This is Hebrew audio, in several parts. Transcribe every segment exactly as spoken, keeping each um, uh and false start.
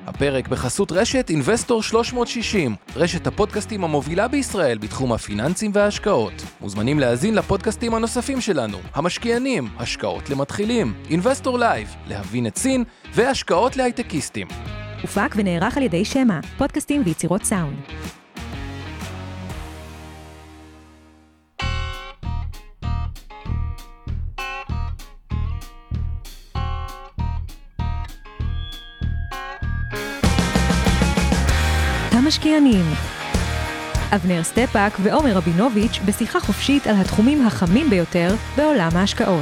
הפרק בחסות רשת Investor שלוש מאות שישים, רשת הפודקאסטים המובילה בישראל בתחום הפיננסים וההשקעות. מוזמנים להאזין לפודקאסטים הנוספים שלנו, המשקיענים, השקעות למתחילים, Investor Live, להבין את סין, והשקעות להייטקיסטים. הופק ונערך על ידי שמה, פודקאסטים ויצירות סאונד. המשקיענים. אבנר סטפאק ועומר רבינוביץ' בשיחה חופשית על התחומים החמים ביותר בעולם ההשקעות.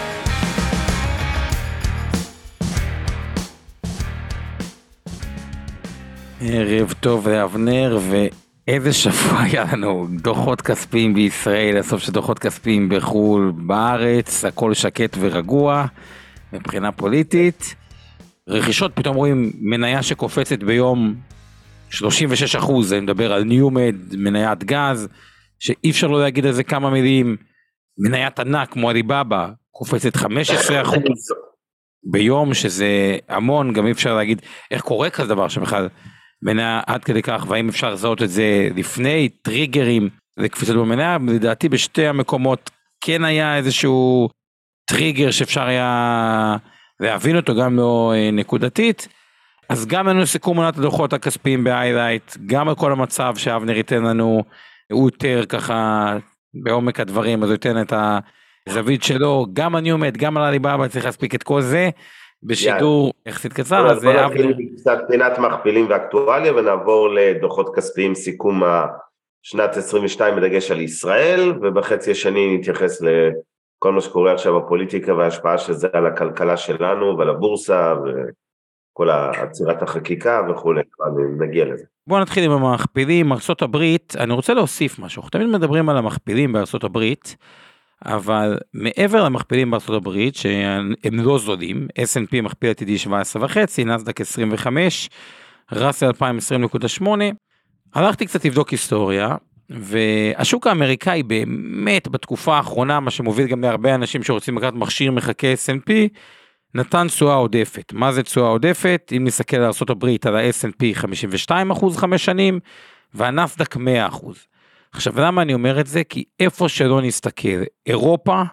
ערב טוב לאבנר, ואיזה שבוע היה לנו, דוחות כספיים בישראל, הסוף של דוחות כספיים בחול, בארץ, הכל שקט ורגוע מבחינה פוליטית. רכישות, פתאום רואים מניה שקופצת ביום שלושים ושש אחוז, אני מדבר על ניומד, מניית גז, שאי אפשר לא להגיד על זה כמה מילים, מניית ענק כמו עליבאבא, קופצת חמישה עשר אחוז ביום, שזה המון, גם אי אפשר להגיד איך קורה כזה דבר, שבכלל מניה עד כדי כך, והאם אפשר לזהות את זה לפני, טריגרים, זה קפיצת במניה, לדעתי בשתי המקומות כן היה איזשהו טריגר שאפשר היה להבין אותו, גם לא נקודתית, אז גם לנו סיכום עונת הדוחות הכספיים בהיילייט, גם על כל המצב שאבנר ייתן לנו, הוא יותר ככה בעומק הדברים, אז הוא ייתן את הזווית שלו, גם הניומד, גם על עליבאבא, צריך להספיק את כל זה, בשידור יחסית קצר. אז בוא נתחיל קצת פינת מכפילים ואקטואליה, ונעבור לדוחות כספיים, סיכום שנת עשרים ושתיים בדגש על ישראל, ובחצי השני נתייחס לכל מה שקורה עכשיו בפוליטיקה, וההשפעה של זה על הכלכלה שלנו, ועל הבורסה, ו... כל העצירת החקיקה וכו', נגיע לזה. בואו נתחיל עם המכפילים, ארצות הברית, אני רוצה להוסיף משהו, תמיד מדברים על המכפילים בארצות הברית, אבל מעבר למכפילים בארצות הברית, שהם לא זולים, אס אנד פי מכפיל עתידי שבע עשרה וחצי, נסדק עשרים וחמש, ראסל אלפיים עשרים נקודה שמונה, הלכתי קצת לבדוק היסטוריה, והשוק האמריקאי באמת בתקופה האחרונה, מה שמוביל גם להרבה אנשים שרוצים לקחת מכשיר מחכה אס אנד פי, נתן תשואה עודפת. מה זה תשואה עודפת? אם נסתכל על ארצות הברית, על ה-אס אנד פי חמישים ושתיים אחוז חמש שנים, והנסדק מאה אחוז. עכשיו, למה אני אומר את זה? כי איפה שלא נסתכל, אירופה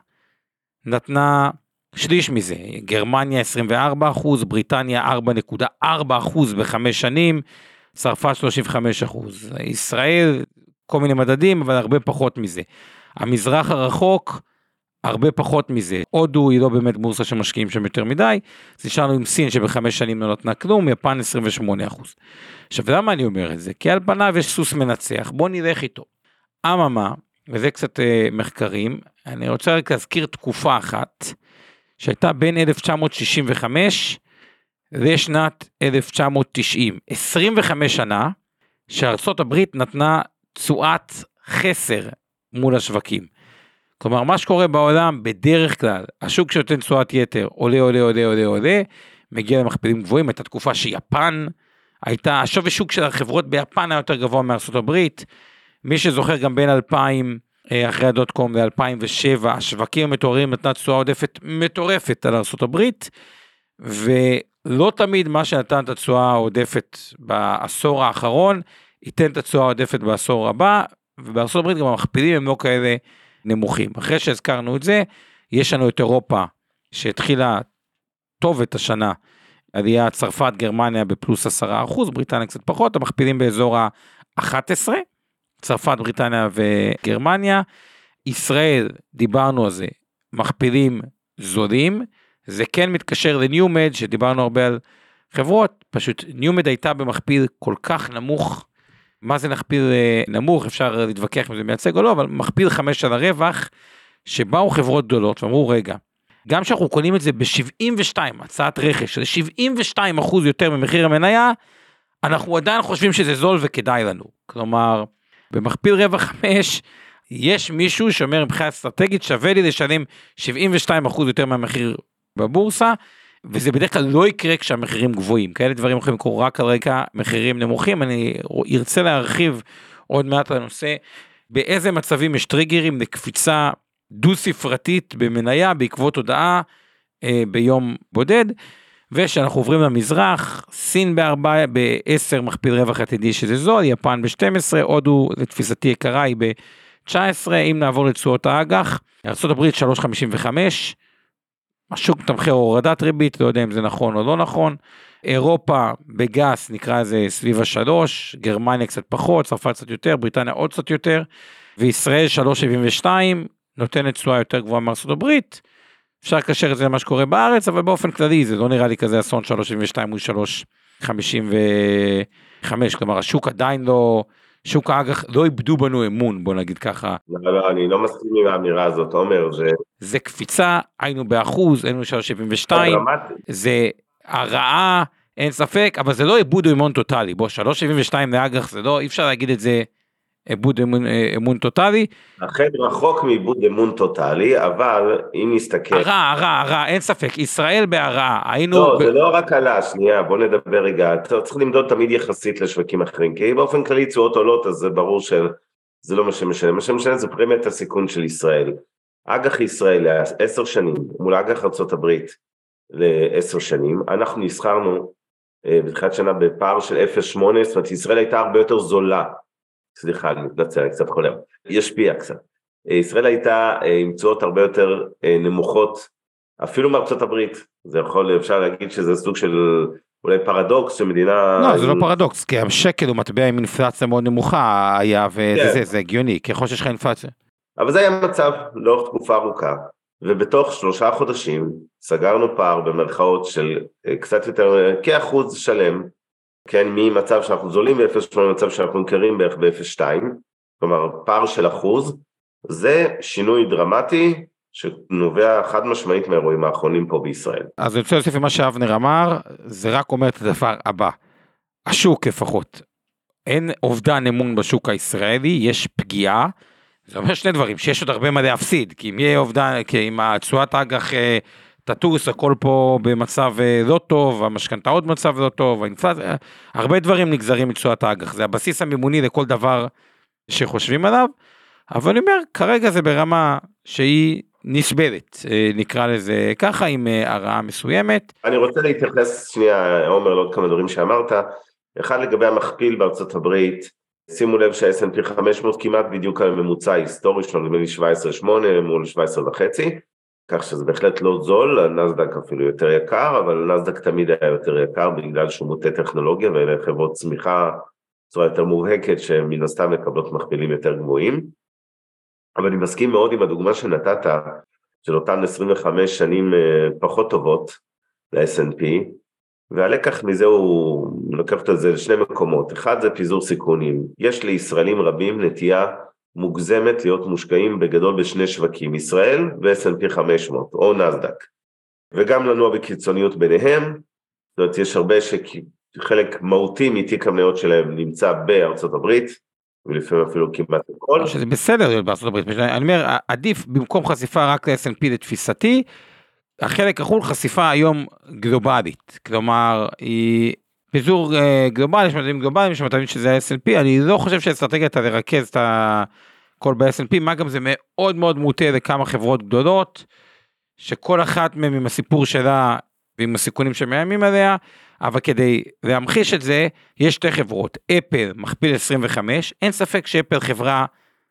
נתנה שליש מזה, גרמניה עשרים וארבעה אחוז, בריטניה ארבע נקודה ארבע אחוז בחמש שנים, צרפת שלושים וחמישה אחוז. ישראל, כל מיני מדדים, אבל הרבה פחות מזה. המזרח הרחוק, הרבה פחות מזה, הודו היא לא באמת בורסה שמשקיעים שם יותר מדי, אז נשארנו עם סין שבחמש שנים לא נתנה כלום, יפן עשרים ושמונה אחוז. עכשיו, למה אני אומר את זה? כי על פניו יש סוס מנצח, בוא נלך איתו. אממה, וזה קצת אה, מחקרים, אני רוצה רק להזכיר תקופה אחת, שהייתה בין אלף תשע מאות שישים וחמש לשנת אלף תשע מאות תשעים, עשרים וחמש שנה, שארצות הברית נתנה תשואת חסר מול השווקים. כלומר, מה שקורה בעולם, בדרך כלל, השוק שנותן תשואת יתר, עולה, עולה, עולה, עולה, עולה, מגיע למכפילים גבוהים, הייתה תקופה שיפן, הייתה, השווי שוק של החברות ביפן היה יותר גבוה מארצות הברית, מי שזוכר גם בין אלפיים, אחרי הדוט קום ל-אלפיים ושבע, השווקים המתוארים נתנה תשואה עודפת מטורפת על ארצות הברית, ולא תמיד מה שנתן את התשואה העודפת בעשור האחרון, ייתן את התשואה העודפת בעשור הבא, ובארצות הברית גם המכפילים הם לא כאלה נמוכים. אחרי שהזכרנו את זה, יש לנו את אירופה, שהתחילה טוב את השנה, עלייה צרפת, גרמניה בפלוס עשרה אחוז, בריטניה קצת פחות, המכפילים באזור ה-אחת עשרה, צרפת, בריטניה וגרמניה, ישראל, דיברנו על זה, מכפילים זולים, זה כן מתקשר לניומד, שדיברנו הרבה על חברות, פשוט ניומד הייתה במכפיל כל כך נמוך, מה זה מכפיל נמוך, אפשר להתווכח אם זה מייצג או לא, אבל מכפיל חמש על הרווח, שבאו חברות גדולות ואמרו, רגע, גם שאנחנו קונים את זה ב-שבעים ושתיים, הצעת רכש, שזה שבעים ושתיים אחוז יותר ממחיר המניה, אנחנו עדיין חושבים שזה זול וכדאי לנו. כלומר, במכפיל רווח חמש, יש מישהו שאומר, מבחינה אסטרטגית, שווה לי לשלם שבעים ושתיים אחוז יותר מהמחיר בבורסה, וזה בדרך כלל לא יקרה כשהמחירים גבוהים, כאלה דברים יכולים לקרות רק על רקע מחירים נמוכים, אני ארצה להרחיב עוד מעט לנושא, באיזה מצבים יש טריגרים לקפיצה דו-ספרתית במניה, בעקבות הודעה אה, ביום בודד, ושאנחנו עוברים למזרח, סין בארבע, בעשר מכפיל רווח עתידי שזה זול, יפן ב-שתים עשרה, הודו לתפיסתי יקרה היא ב-תשע עשרה, אם נעבור לתשואות האג"ח, ארצות הברית שלוש נקודה חמישים וחמש, השוק תמחר הורדת ריבית, לא יודע אם זה נכון או לא נכון, אירופה בגס נקרא זה סביב השלוש, גרמניה קצת פחות, צרפת קצת יותר, בריטניה עוד קצת יותר, וישראל שלוש נקודה שבעים ושתיים, נותנת תשואה יותר גבוהה מארצות הברית, אפשר לקשר את זה למה שקורה בארץ, אבל באופן כללי זה לא נראה לי כזה אסון שלוש נקודה שבעים ושתיים מול שלוש נקודה חמישים וחמש, כלומר השוק עדיין לא, שוק האג"ח לא איבדו בנו אמון, בוא נגיד ככה. לא, לא, אני לא מסכים עם האמירה הזאת, עומר, זה... זה קפיצה, היינו באחוז, היינו שלוש נקודה שבעים ושתיים, זה הרעה, אין ספק, אבל זה לא איבוד אמון טוטלי, בוא, שלוש נקודה שבעים ושתיים לאג"ח, זה לא, אי אפשר להגיד את זה, איבוד אמון, אמון טוטלי. אכן רחוק מאיבוד אמון טוטלי, אבל אם נסתכל... הרע, הרע, הרע, אין ספק, ישראל בהרעה, היינו... לא, ב... זה לא רק עלה, שנייה, בוא נדבר רגע, צריך למדוד תמיד יחסית לשווקים אחרים, כי באופן כללי תשואות עולות, אז זה ברור שזה לא מה שמשנה, מה שמשנה זה פרמיית הסיכון של ישראל. אג"ח ישראל לעשר שנים, מול אג"ח ארצות הברית לעשר שנים, אנחנו נסחרנו בתחילת שנה בפער של אפס נקודה שמונה, זאת אומרת ישראל הייתה הרבה יותר זולה, סליחה, אני מתנצל, אני קצת חולם, ישפיע קצת. ישראל הייתה עם תשואות הרבה יותר נמוכות, אפילו מארצות הברית, זה יכול, אפשר להגיד שזה סוג של אולי פרדוקס שמדינה... לא, זה לא פרדוקס, כי השקל הוא מטבע עם אינפלציה מאוד נמוכה, היה וזה, זה, זה הגיוני, ככל שיש לך אינפלציה. אבל זה היה מצב לאורך תקופה ארוכה, ובתוך שלושה חודשים סגרנו פער במרכאות של קצת יותר, כאחוז שלם, כן, ממצב שאנחנו זולים ב-אפס נקודה שמונה, מצב שאנחנו נקרים בערך ב-אפס נקודה שתיים, כלומר פער של אחוז, זה שינוי דרמטי שנובע חד משמעית מהאירועים האחרונים פה בישראל. אז אני רוצה להוסיף למה שאבנר אמר, זה רק אומר את הדבר הבא, השוק לפחות, אין אובדן אמון בשוק הישראלי, יש פגיעה, זה אומר שני דברים, שיש עוד הרבה מה להפסיד, כי אם יהיה אובדן, כי אם התשואת האג"ח תטוס, הכל פה במצב לא טוב, המשכנתאות במצב לא טוב, האינפלציה, הרבה דברים נגזרים מתשואת האג"ח, זה הבסיס המימוני לכל דבר שחושבים עליו, אבל אני אומר, כרגע זה ברמה שהיא נסבלת, נקרא לזה ככה, עם הרעה מסוימת. אני רוצה להתייחס שנייה, עומר, לעוד כמה דברים שאמרת, אחד לגבי המכפיל בארצות הברית, שימו לב שה-אס אנד פי חמש מאות כמעט בדיוק הממוצע ההיסטורי שלנו, נדמה לי שבע עשרה נקודה שמונה מול שבע עשרה וחצי, כך שזה בהחלט לא זול, הנסדק אפילו יותר יקר, אבל הנסדק תמיד היה יותר יקר, בגלל שהוא מוטה טכנולוגיה, ואלה חברות צמיחה בצורה יותר מובהקת, שמן הסתם מקבלות מכפילים יותר גבוהים, אבל אני מסכים מאוד עם הדוגמה שנתת, של אותן עשרים וחמש שנים פחות טובות, ל-אס אנד פי, והלקח מזה הוא לקחת את זה לשני מקומות, אחד זה פיזור סיכונים, יש לישראלים רבים נטייה מוגזמת להיות מושקעים בגדול בשני שווקים, ישראל ו-אס אנד פי חמש מאות או נסדק, וגם לנוע בקיצוניות ביניהם, זאת אומרת יש הרבה שחלק מהותי מתיק המניות שלהם נמצא בארצות הברית, ולפעמים אפילו כמעט הכל. שזה בסדר להיות בארצות הברית, אני אומר עדיף במקום חשיפה רק ל-אס אנד פי לתפיסתי, החלק החול חשיפה היום גלובלית, כלומר, היא פיזור גלובלי, יש מדעים גלובליים, יש מדעים שזה ה-אס אנד פי, אני לא חושב שהאסטרטגיה אתה לרכז את הכל ב-אס אנד פי, מה גם זה מאוד מאוד מוטה לכמה חברות גדולות, שכל אחת מהן עם הסיפור שלה, ועם הסיכונים שמאיימים עליה, אבל כדי להמחיש את זה, יש שתי חברות, אפל מכפיל עשרים וחמש, אין ספק שאפל חברה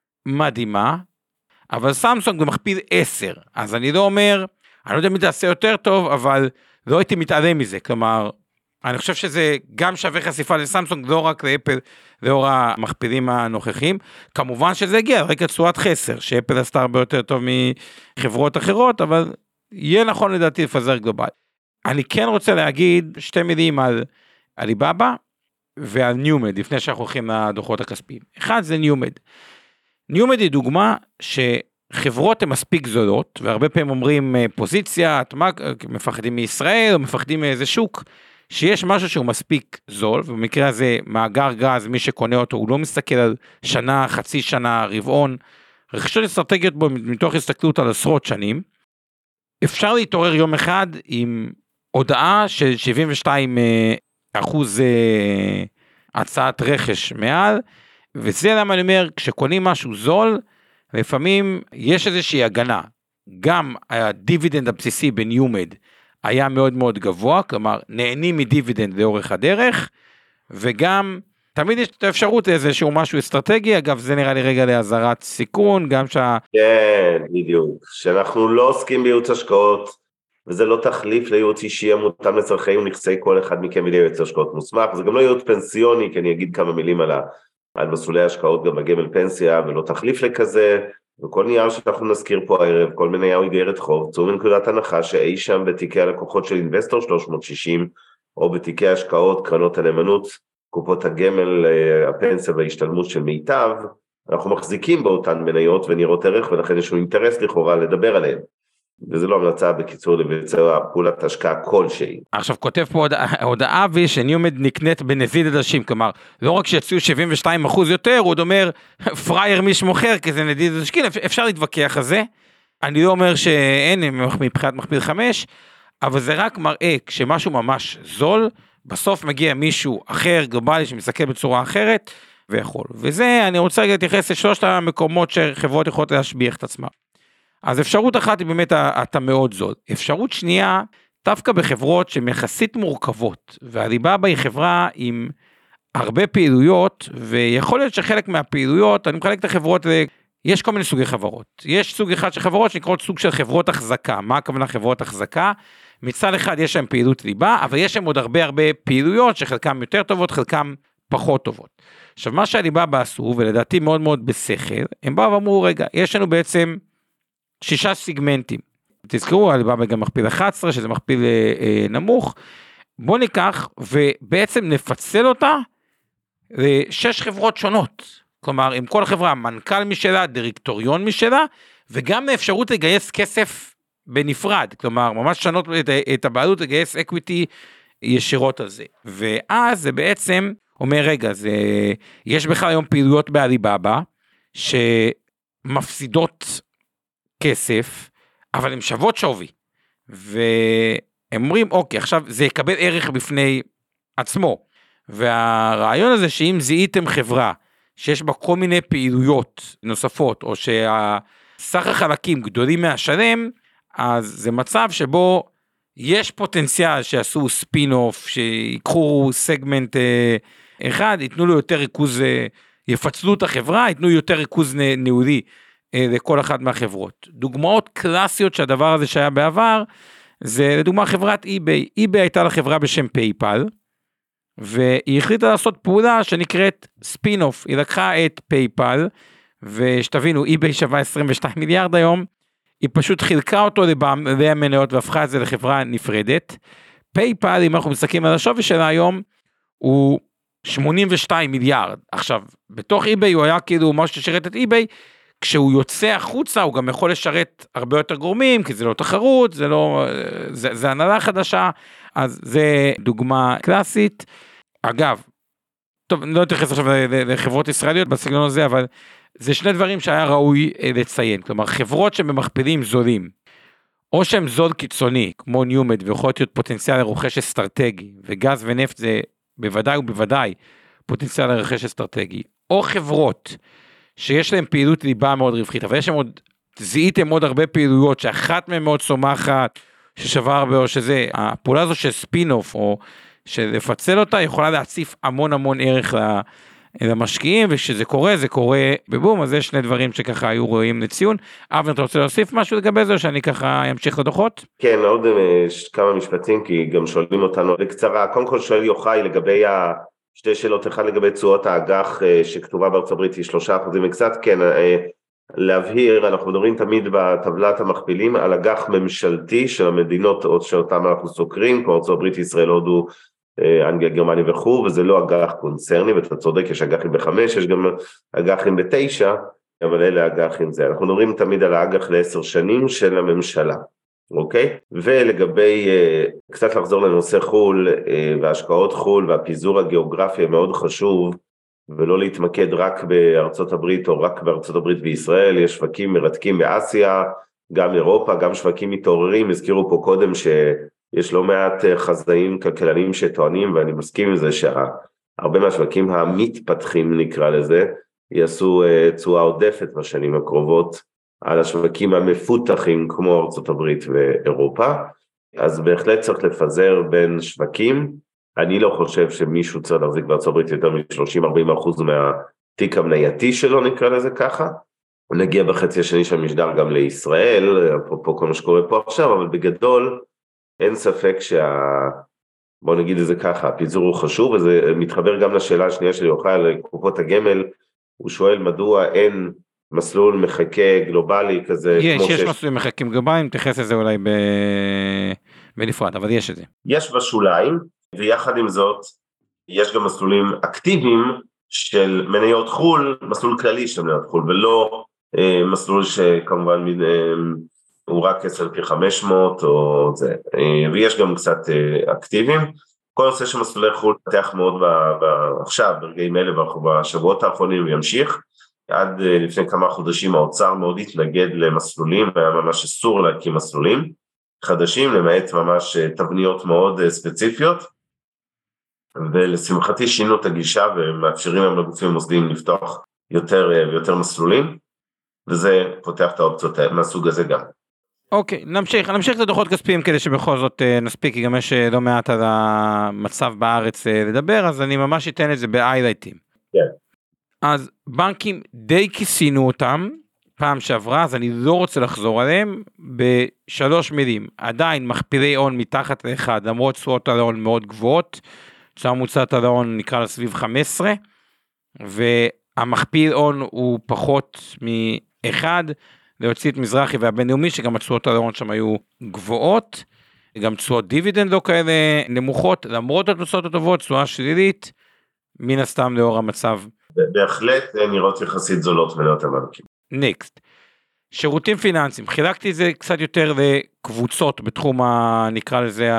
מדהימה, אבל סמסונג במכפיל עשר, אז אני לא אומר, אני לא יודע מי תעשה יותר טוב, אבל לא הייתי מתעלם מזה, כלומר, אני חושב שזה גם שווה חשיפה לסמסונג, לא רק לאפל, לאור המכפילים הנוכחים, כמובן שזה הגיע, רק תשואת חסר, שאפל עשתה הרבה יותר טוב מחברות אחרות, אבל יהיה נכון לדעתי לפזר גלובלי. אני כן רוצה להגיד שתי מילים על עליבאבא, ועל ניומד, לפני שאנחנו הולכים לדוחות הכספיים. אחד זה ניומד. ניומד היא דוגמה ש... חברות הן מספיק זולות, והרבה פעמים אומרים פוזיציה, מפחדים מישראל, או מפחדים מאיזה שוק, שיש משהו שהוא מספיק זול, ובמקרה הזה מאגר גז, מי שקונה אותו, הוא לא מסתכל על שנה, חצי שנה, רבעון, רכישות אסטרטגיות בו, מתוך הסתכלות על עשרות שנים, אפשר להתעורר יום אחד עם הודעה של שבעים ושתיים אחוז הצעת רכש מעל, וזה למה אני אומר, כשקונים משהו זול, לפעמים יש איזושהי הגנה, גם הדיבידנד הבסיסי בניומד היה מאוד מאוד גבוה, כלומר נהנים מדיבידנד לאורך הדרך, וגם תמיד יש את האפשרות איזשהו משהו אסטרטגי, אגב זה נראה לי רגע להזרת סיכון, גם שה... כן, בדיוק, שאנחנו לא עוסקים בייעוץ השקעות, וזה לא תחליף לייעוץ אישי המותאם לצרכי ונכסי כל אחד מכם ולייעוץ השקעות מוסמך, זה גם לא ייעוץ פנסיוני, כי אני אגיד כמה מילים על, ה... על מסלולי השקעות גם בגמל פנסיה, ולא תחליף לכזה, וכל נייר שאנחנו נזכיר פה הערב, כל מיני או איגרת חוב, צאו מנקודת הנחה שאי שם בתיקי הלקוחות של אינבסטור שלוש מאות שישים, או בתיקי השקעות, קרנות הנאמנות, קופות הגמל, הפנסיה וההשתלמות של מיטב, אנחנו מחזיקים באותן מניות ונראות ערך, ולכן יש לנו אינטרס לכאורה לדבר עליהן. וזה לא המלצה בקיצור לבצע פעולת השקעה כלשהי. עכשיו כותב פה הודעה אבי שניומד נקנית בנזיד עדשים, כלומר לא רק שיצאו שבעים ושתיים אחוז יותר, הוא עוד אומר פרייר מי שמוכר כי זה נזיד עדשים, אפשר להתווכח על זה, אני לא אומר שאין מבחינת מכפיל חמש, אבל זה רק מראה כשמשהו ממש זול, בסוף מגיע מישהו אחר גלובלי שמסתכל בצורה אחרת ויכול, וזה אני רוצה להתייחס לשלושת המקומות שחברות יכולות להשביח את עצמם. אז אפשרות אחת היא באמת אתה מאוד זול, אפשרות שנייה, דווקא בחברות שהן יחסית מורכבות, והליבאבא היא חברה עם הרבה פעילויות, ויכול להיות שחלק מהפעילויות, אני מחלק את החברות, יש כל מיני סוגי חברות, יש סוג אחד של חברות שנקראות סוג של חברות החזקה, מה הכוונה חברות החזקה? מצד אחד יש להם פעילות ליבה, אבל יש להם עוד הרבה הרבה פעילויות, שחלקם יותר טובות, חלקם פחות טובות. עכשיו מה שהליבאבא עשו, ולדעתי מאוד מאוד בשכל, הם באו ואמרו רגע, יש לנו בעצם שישה סיגמנטים, תזכרו, הליבאבא גם מכפיל אחת עשרה, שזה מכפיל אה, אה, נמוך, בוא ניקח ובעצם נפצל אותה לשש חברות שונות, כלומר עם כל חברה, מנכ"ל משלה, דירקטוריון משלה, וגם האפשרות לגייס כסף בנפרד, כלומר ממש שנות את, את הבעלות לגייס אקוויטי ישירות על זה, ואז זה בעצם אומר רגע, זה, יש בכלל היום פעילויות באליבאבא, שמפסידות כסף, אבל הן שוות שווי, והם אומרים, אוקיי, עכשיו זה יקבל ערך בפני עצמו, והרעיון הזה שאם זיהיתם חברה, שיש בה כל מיני פעילויות נוספות, או שהסך החלקים גדולים מהשלם, אז זה מצב שבו יש פוטנציאל שעשו ספין אוף, שיקחו סגמנט אחד, ייתנו לו יותר ריכוז, יפצלו את החברה, ייתנו יותר ריכוז ניהולי, לכל אחת מהחברות. דוגמאות קלאסיות שהדבר הזה שהיה בעבר, זה לדוגמה חברת eBay, eBay הייתה לה חברה בשם פייפל, והיא החליטה לעשות פעולה שנקראת ספין-אוף, היא לקחה את פייפל, ושתבינו, eBay שווה עשרים ושתיים מיליארד היום, היא פשוט חילקה אותו לבעלי המניות, והפכה את זה לחברה נפרדת, פייפל, אם אנחנו מסתכלים על השווי שלה היום, הוא שמונים ושתיים מיליארד, עכשיו, בתוך eBay הוא היה כאילו משהו ששירת את eBay, כשהוא יוצא החוצה, הוא גם יכול לשרת הרבה יותר גורמים, כי זה לא תחרות, זה לא, זה, זה הנהלה חדשה, אז זה דוגמה קלאסית. אגב, טוב, אני לא אתייחס עכשיו לחברות ישראליות בסגנון הזה, אבל זה שני דברים שהיה ראוי לציין, כלומר, חברות שבמכפילים זולים, או שהם זול קיצוני, כמו ניומד, ויכול להיות פוטנציאל לרוכש אסטרטגי, וגז ונפט זה בוודאי ובוודאי פוטנציאל לרוכש אסטרטגי, או חברות, שיש להם פעילות ליבה מאוד רווחית, אבל יש להם עוד, זיהיתם עוד הרבה פעילויות, שאחת מהן מאוד צומחת, ששווה הרבה, או שזה, הפעולה הזו של ספין-אוף, או שלפצל אותה, יכולה להציף המון המון ערך למשקיעים, וכשזה קורה, זה קורה בבום, אז יש שני דברים שככה היו רואים לציון. אבנר, אתה רוצה להוסיף משהו לגבי זה, או שאני ככה אמשיך לדוחות? כן, עוד כמה משפטים, כי גם שואלים אותנו לקצרה, קודם כל שואל יוחאי לגבי ה... שתי שאלות, אחד לגבי תשואות האג"ח שכתובה בארצות הברית היא שלושה אחוזים וקצת, כן, להבהיר, אנחנו מדברים תמיד בטבלת המכפילים על אג"ח ממשלתי של המדינות שאותם אנחנו סוקרים, כמו ארצות הברית, ישראל, הודו, אנגליה, גרמניה וכו', וזה לא אג"ח קונצרני, ואתה צודק, יש אג"חים בחמש, יש גם אג"חים בתשע, אבל אלה אג"חים זה, אנחנו מדברים תמיד על האג"ח לעשר שנים של הממשלה. אוקיי? ולגבי, קצת לחזור לנושא חול, והשקעות חול, והפיזור הגיאוגרפי מאוד חשוב, ולא להתמקד רק בארצות הברית, או רק בארצות הברית וישראל, יש שווקים מרתקים באסיה, גם אירופה, גם שווקים מתעוררים, הזכירו פה קודם שיש לא מעט חזאים כלכלנים שטוענים, ואני מסכים עם זה שהרבה מהשווקים המתפתחים נקרא לזה, יעשו תשואה עודפת בשנים הקרובות, על השווקים המפותחים כמו ארצות הברית ואירופה, אז בהחלט צריך לפזר בין שווקים, אני לא חושב שמישהו צריך להחזיק בארצות הברית יותר מ-שלושים עד ארבעים אחוז מהתיק המנייתי שלו, נקרא לזה ככה, נגיע בחצי השני של המשדר גם לישראל, אפרופו כל מה שקורה פה עכשיו, אבל בגדול אין ספק שה... בוא נגיד את זה ככה, הפיזור הוא חשוב, וזה מתחבר גם לשאלה השנייה של יוחאי על קופות הגמל, הוא שואל מדוע אין מסלול מחכה גלובלי כזה. יש, יש שיש... מסלול מחכים גלובליים, תכנס לזה אולי ב... בנפרד, אבל יש את זה. יש בשוליים, ויחד עם זאת, יש גם מסלולים אקטיביים של מניות חול, מסלול כללי של מניות חול, ולא אה, מסלול שכמובן אה, הוא רק אס אנד פי חמש מאות או זה, אה, ויש גם קצת אה, אקטיביים. כל נושא של מסלולי חול פתח מאוד ב, ב, עכשיו, ברגעים אלה, בשבועות האחרונים, וימשיך. עד אה, לפני כמה חודשים האוצר מאוד התנגד למסלולים, והיה ממש אסור להקים מסלולים חדשים, למעט ממש תבניות מאוד ספציפיות, ולשמחתי שינו את הגישה ומאפשרים להם לגופים מוסדיים לפתוח יותר ויותר מסלולים, וזה פותח את האופציות מהסוג הזה גם. אוקיי, נמשיך, נמשיך את הדוחות כספיים כדי שבכל זאת נספיק, כי גם יש לא מעט על המצב בארץ לדבר, אז אני ממש אתן את זה באיילייטים. כן. אז בנקים די כיסינו אותם, פעם שעברה, אז אני לא רוצה לחזור עליהם, בשלוש מילים, עדיין מכפילי הון מתחת לאחד, למרות תשואות על ההון מאוד גבוהות, תשואה ממוצעת על ההון נקרא לה סביב חמש עשרה, והמכפיל הון הוא פחות מאחד, להוציא את מזרחי והבינלאומי, שגם התשואות על ההון שם היו גבוהות, גם תשואות דיבידנד לא כאלה נמוכות, למרות התוצאות הטובות, תשואה שלילית, מן הסתם לאור המצב. בהחלט נראות יחסית זולות מניות הבנקים. נקסט, שירותים פיננסיים, חילקתי את זה קצת יותר לקבוצות בתחום, ה, נקרא לזה,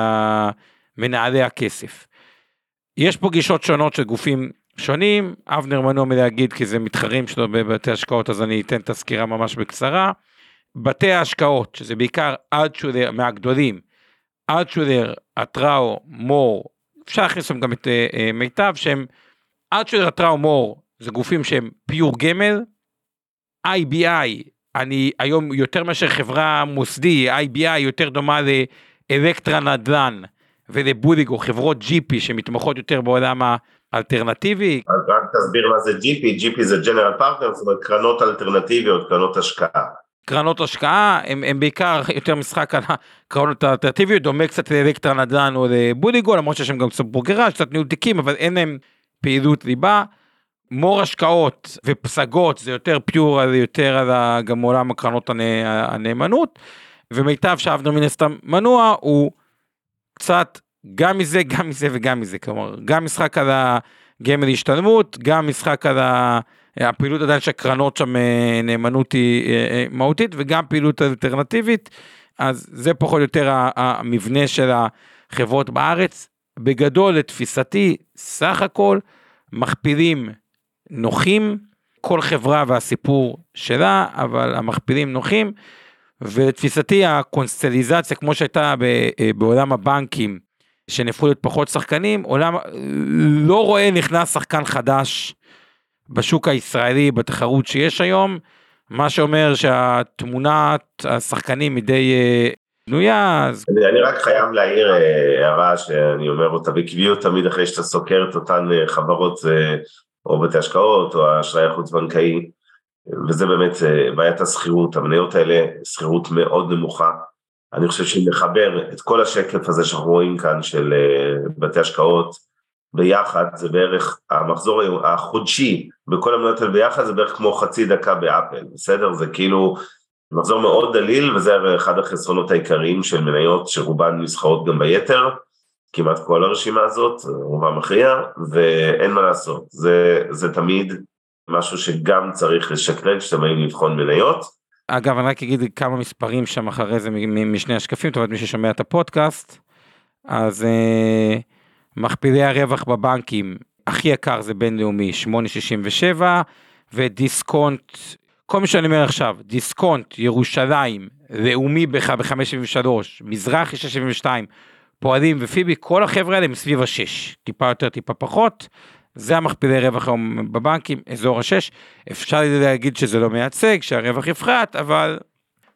מנהלי הכסף. יש פה גישות שונות של גופים שונים, אבנר מנוע מלהגיד כי זה מתחרים שלו בבתי השקעות, אז אני אתן את הסקירה ממש בקצרה. בתי ההשקעות, שזה בעיקר אלטשולר מהגדולים, אלטשולר, אטראו, מור, אפשר להכניס גם את uh, מיטב, שהם אלטשולר, אטראו, מור, זה גופים שהם פיור גמל, איי בי איי, אני היום יותר מאשר חברה מוסדי, איי בי איי יותר דומה לאלקטרה נדל"ן ולבוליגו, חברות ג'י פי שמתמחות יותר בעולם האלטרנטיבי. אז רק תסביר מה זה ג'י פי, ג'י פי זה ג'נרל פרטנר, זאת אומרת קרנות אלטרנטיביות, קרנות השקעה. קרנות השקעה, הם, הם בעיקר יותר משחק על הקרנות האלטרנטיביות, דומה קצת לאלקטרה נדל"ן או לבוליגו, למרות שיש שם גם קצת בוגרה, קצת ניהול תיקים, אבל אין להם פעילות ליבה. מור השקעות ופסגות, זה יותר פיור, זה יותר על גם עולם הקרנות הנאמנות, ומיטב שאבנר מן הסתם מנוע, הוא קצת גם מזה, גם מזה וגם מזה, כלומר, גם משחק על הגמל השתלמות, גם משחק על הפעילות עדיין שהקרנות שם נאמנות היא מהותית, וגם פעילות אלטרנטיבית, אז זה פחות או יותר המבנה של החברות בארץ, בגדול לתפיסתי, סך הכל, מכפילים נוחים, כל חברה והסיפור שלה, אבל המכפילים נוחים, ולתפיסתי הקונסטליזציה, כמו שהייתה בעולם הבנקים, שנפו להיות פחות שחקנים, עולם לא רואה נכנס שחקן חדש, בשוק הישראלי, בתחרות שיש היום, מה שאומר שהתמונת השחקנים מדי בנויה. אז... אני, אני רק חייב להעיר הערה שאני אומר אותה בקביעות תמיד אחרי שאתה סוקר את אותן חברות או בתי השקעות או האשראי החוץ בנקאי, וזה באמת בעיית הסחירות, המניות האלה סחירות מאוד נמוכה, אני חושב שאם נחבר את כל השקף הזה שאנחנו רואים כאן של בתי השקעות ביחד, זה בערך המחזור החודשי בכל המניות האלה ביחד, זה בערך כמו חצי דקה באפל, בסדר? זה כאילו מחזור מאוד דליל, וזה אחד החסרונות העיקריים של מניות שרובן נסחרות גם ביתר, כמעט כל הרשימה הזאת, רובה מכריע, ואין מה לעשות, זה, זה תמיד משהו שגם צריך לשקלל כשאתם באים לבחון מניות. אגב, אני רק אגיד כמה מספרים שם אחרי זה משני השקפים, טוב, מי ששומע את הפודקאסט, אז אה, מכפילי הרווח בבנקים, הכי יקר זה בינלאומי, שמונה שישים ושבע, ודיסקונט, כל מי שאני אומר עכשיו, דיסקונט, ירושלים, לאומי ב-חמש שבעים ושלוש, מזרחי שש שבעים ושתיים, פועלים ופיבי, כל החבר'ה האלה מסביב השש, טיפה יותר, טיפה פחות, זה המכפילי רווח היום בבנקים, אזור השש, אפשר להגיד שזה לא מייצג, שהרווח יפחת, אבל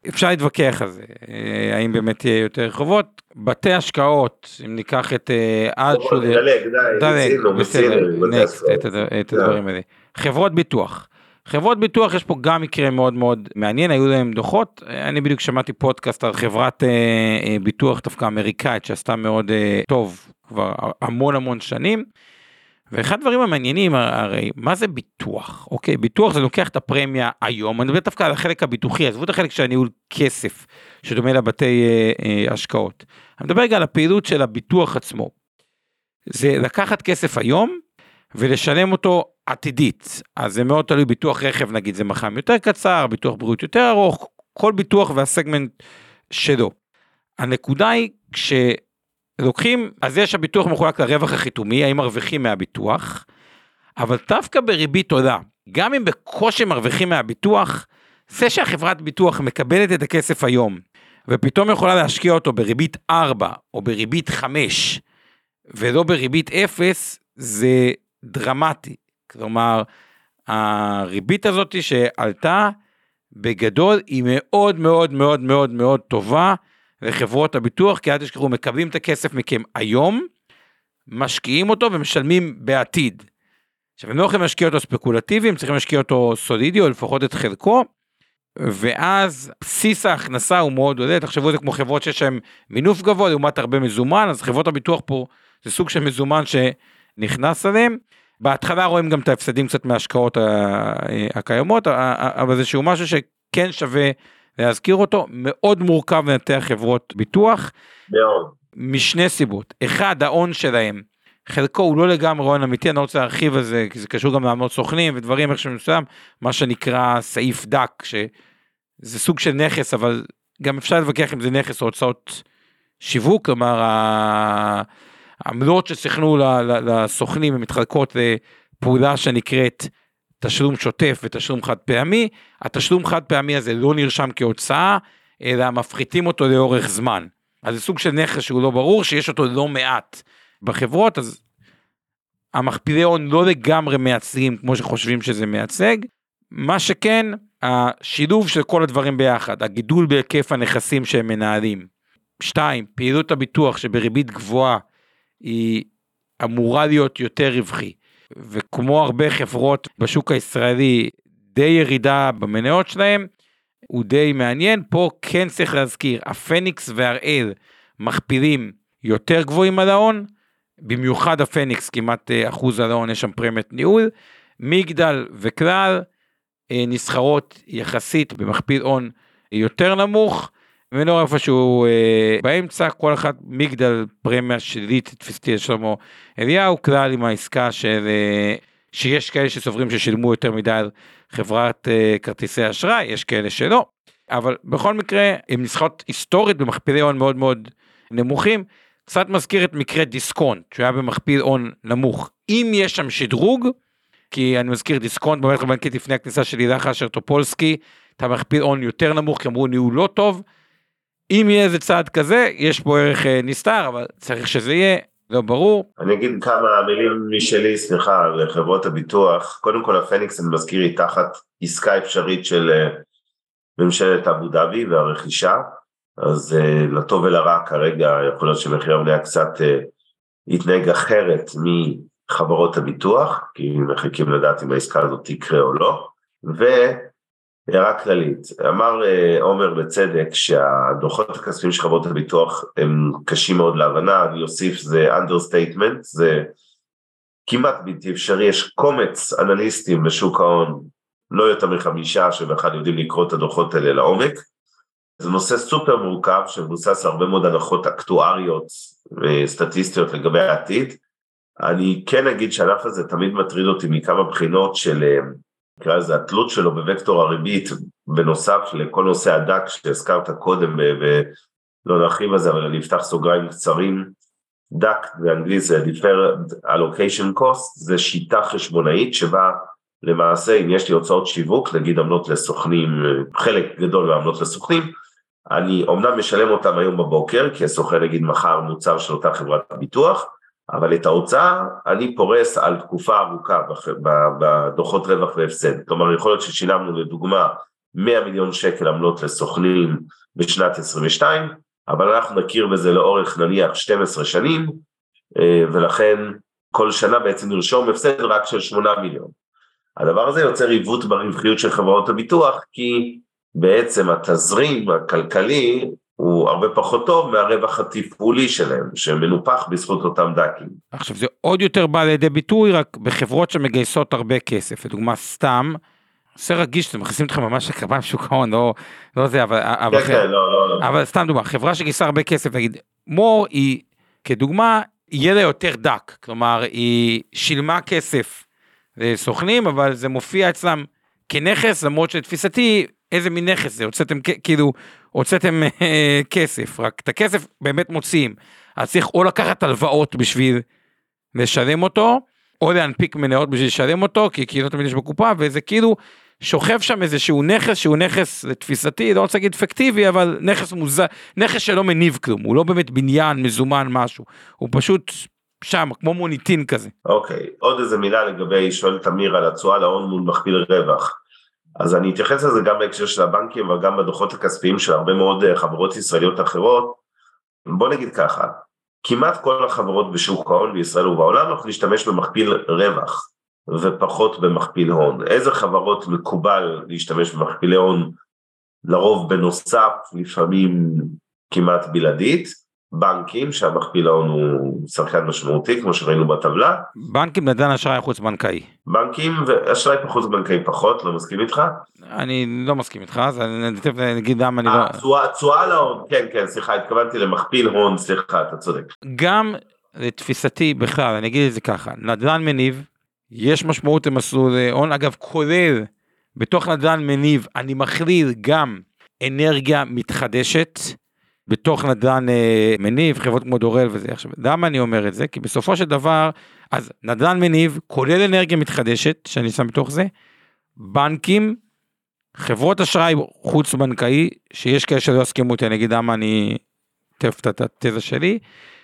אפשר להתווכח על זה, האם באמת יהיה יותר חובות, בתי השקעות, אם ניקח את אלטשולר, דלג, די, בסדר, נקסט, את הדברים האלה. חברות ביטוח, חברות ביטוח יש פה גם מקרה מאוד מאוד מעניין, היו להם דוחות, אני בדיוק שמעתי פודקאסט על חברת ביטוח דווקא אמריקאית, שעשתה מאוד טוב כבר המון המון שנים, ואחד הדברים המעניינים, הרי, מה זה ביטוח? אוקיי, ביטוח זה לוקח את הפרמיה היום, אני מדבר דווקא על החלק הביטוחי, עזבו את החלק של הניהול כסף, שדומה לבתי אה, אה, השקעות. אני מדבר רגע על הפעילות של הביטוח עצמו. זה לקחת כסף היום, ולשלם אותו עתידית. אז זה מאוד תלוי ביטוח רכב, נגיד, זה מחם יותר קצר, ביטוח בריאות יותר ארוך, כל ביטוח והסגמנט שלו. הנקודה היא, כש... לוקחים, אז יש הביטוח מחולק לרווח החיתומי, האם מרוויחים מהביטוח, אבל דווקא בריבית עולה, גם אם בקושי מרוויחים מהביטוח, זה שהחברת ביטוח מקבלת את הכסף היום, ופתאום יכולה להשקיע אותו בריבית ארבע, או בריבית חמש, ולא בריבית אפס, זה דרמטי. כלומר, הריבית הזאת שעלתה, בגדול היא מאוד מאוד מאוד מאוד מאוד טובה, לחברות הביטוח, כי אל תשכחו, מקבלים את הכסף מכם היום, משקיעים אותו ומשלמים בעתיד. עכשיו, הם לא יכולים להשקיע אותו ספקולטיבי, הם צריכים להשקיע אותו סולידי, או לפחות את חלקו, ואז בסיס ההכנסה הוא מאוד עולה, תחשבו את זה כמו חברות שיש להם מינוף גבוה, לעומת הרבה מזומן, אז חברות הביטוח פה, זה סוג של מזומן שנכנס עליהם, בהתחלה רואים גם את ההפסדים קצת מההשקעות הקיימות, אבל זה שהוא משהו שכן שווה להזכיר אותו, מאוד מורכב לנתח חברות ביטוח, מאוד. משני סיבות, אחד, ההון שלהם, חלקו הוא לא לגמרי הון אמיתי, אני לא רוצה להרחיב על זה, כי זה קשור גם לעמלות סוכנים ודברים איך שמסוים, מה שנקרא סעיף דק, שזה סוג של נכס, אבל גם אפשר להתווכח אם זה נכס או הוצאות שיווק, כלומר, העמלות שסכנו לסוכנים, הן מתחלקות לפעולה שנקראת תשלום שוטף ותשלום חד פעמי, התשלום חד פעמי הזה לא נרשם כהוצאה, אלא מפחיתים אותו לאורך זמן, אז זה סוג של נכס שהוא לא ברור, שיש אותו לא מעט בחברות, אז המכפילי הון לא לגמרי מייצגים, כמו שחושבים שזה מייצג, מה שכן, השילוב של כל הדברים ביחד, הגידול בהיקף הנכסים שהם מנהלים, שתיים, פעילות הביטוח שבריבית גבוהה, היא אמורה להיות יותר רווחי, וכמו הרבה חברות בשוק הישראלי, די ירידה במניות שלהם, הוא די מעניין, פה כן צריך להזכיר, הפניקס והראל מכפילים יותר גבוהים על ההון, במיוחד הפניקס, כמעט אחוז על ההון, יש שם פרמיית ניהול, מגדל וכלל, נסחרות יחסית במכפיל הון יותר נמוך, ולא איפשהו באמצע, כל אחד מגדל פרמיה שלילית, תפיסתי שלמה אליהו, כלל עם העסקה של, שיש כאלה שסוברים ששילמו יותר מדי על חברת כרטיסי אשראי, יש כאלה שלא, אבל בכל מקרה, הם נסחרות היסטורית במכפילי הון מאוד מאוד נמוכים, קצת מזכיר את מקרה דיסקונט, שהוא היה במכפיל הון נמוך, אם יש שם שדרוג, כי אני מזכיר דיסקונט, במערכת הבנקאית לפני הכניסה של הילה חשר טופולסקי, את המכפיל הון יותר נמוך, כי אמרו ניהול לא טוב, אם יהיה איזה צעד כזה, יש פה ערך נסתר, אבל צריך שזה יהיה, לא ברור. אני אגיד כמה מילים משלי, סליחה, לחברות הביטוח, קודם כל הפניקס אני מזכיר היא תחת עסקה אפשרית של ממשלת אבו דאבי והרכישה, אז uh, לטוב ולרע כרגע יכול להיות שמחיר המניה קצת uh, יתנהג אחרת מחברות הביטוח, כי מחכים לדעת אם העסקה הזאת תקרה או לא, והערה כללית, אמר uh, עומר בצדק שהדוחות הכספיים של חברות הביטוח הם קשים מאוד להבנה, אני אוסיף זה understatement, זה כמעט בלתי אפשרי, יש קומץ אנליסטים בשוק ההון, לא יותר מחמישה שבאחד יודעים לקרוא את הדוחות האלה לעומק, זה נושא סופר מורכב שמבוסס הרבה מאוד הנחות אקטואריות וסטטיסטיות לגבי העתיד. אני כן אגיד שהענף הזה תמיד מטריד אותי מכמה בחינות של, נקרא לזה, התלות שלו בווקטור הריבית, בנוסף לכל נושא הדק שהזכרת קודם, ולא נרחיב על זה, אבל אני אפתח סוגריים קצרים. דק באנגלית זה Deferred Allocation Cost, זה שיטה חשבונאית שבה למעשה אם יש לי הוצאות שיווק, נגיד עמלות לסוכנים, חלק גדול מהעמלות לסוכנים, אני אומנם משלם אותם היום בבוקר, כי הסוכן נגיד מחר מוצר של אותה חברת הביטוח, אבל את ההוצאה אני פורס על תקופה ארוכה בדוחות רווח והפסד, כלומר יכול להיות ששילמנו לדוגמה מאה מיליון שקל עמלות לסוכנים בשנת עשרים ושתיים, אבל אנחנו נכיר בזה לאורך נניח שתים עשרה שנים, ולכן כל שנה בעצם נרשום הפסד רק של שמונה מיליון. הדבר הזה יוצר עיוות ברווחיות של חברות הביטוח, כי בעצם התזרים הכלכלי הוא הרבה פחות טוב מהרווח התפעולי שלהם, שמנופח בזכות אותם דקים. עכשיו זה עוד יותר בא לידי ביטוי, רק בחברות שמגייסות הרבה כסף, לדוגמה סתם, עושה רגיש, אתם מכניסים אתכם ממש לקרבן שוק ההון, לא, לא זה, אבל, אבל, כן, כן, לא, לא, לא. אבל סתם דוגמה, חברה שגייסה הרבה כסף, נגיד, מור היא, כדוגמה, יהיה לה יותר דק, כלומר, היא שילמה כסף לסוכנים, אבל זה מופיע אצלם כנכס, למרות שתפיסתי, איזה מין נכס זה, הוצאתם, כאילו, הוצאתם אה, כסף, רק את הכסף באמת מוציאים, אז צריך או לקחת הלוואות בשביל לשלם אותו, או להנפיק מניות בשביל לשלם אותו, כי כאילו תמיד יש בקופה, וזה כאילו שוכב שם איזשהו נכס, שהוא נכס לתפיסתי, לא רוצה להגיד פקטיבי, אבל נכס מוזר, נכס שלא מניב כלום, הוא לא באמת בניין, מזומן, משהו, הוא פשוט שם, כמו מוניטין כזה. אוקיי, עוד איזה מילה לגבי, שואל תמיר על התשואה להון מול מכפיל רווח, אז אני אתייחס לזה גם בהקשר של הבנקים, אבל גם בדוחות הכספיים של הרבה מאוד חברות ישראליות אחרות. בוא נגיד ככה, כמעט כל החברות בשוק ההון בישראל ובעולם אנחנו נשתמש במכפיל רווח, ופחות במכפיל הון. איזה חברות מקובל להשתמש במכפילי הון? לרוב בנוסף, לפעמים כמעט בלעדית, בנקים, שהמכפיל ההון הוא שחקן משמעותי, כמו שראינו בטבלה. בנקים נדל"ן אשראי חוץ בנקאי. בנקים ואשראי חוץ בנקאי פחות, לא מסכים איתך? אני לא מסכים איתך, אז אני אגיד למה אני לא... התשואה להון, כן, כן, סליחה, התכוונתי למכפיל הון, סליחה, אתה צודק. גם לתפיסתי בכלל, אני אגיד את זה ככה, נדל"ן מניב, יש משמעות למסלול הון, אגב, כולל בתוך נדל"ן מניב, אני מכליל גם אנרגיה מתחדשת, בתוך נדל"ן אה, מניב, חברות כמו דורל וזה. עכשיו, למה אני אומר את זה? כי בסופו של דבר, אז נדל"ן מניב, כולל אנרגיה מתחדשת, שאני שם בתוך זה, בנקים, חברות אשראי חוץ בנקאי, שיש כאלה שלא יסכימו אותי, אני אגיד למה אני תפת את התזה שלי,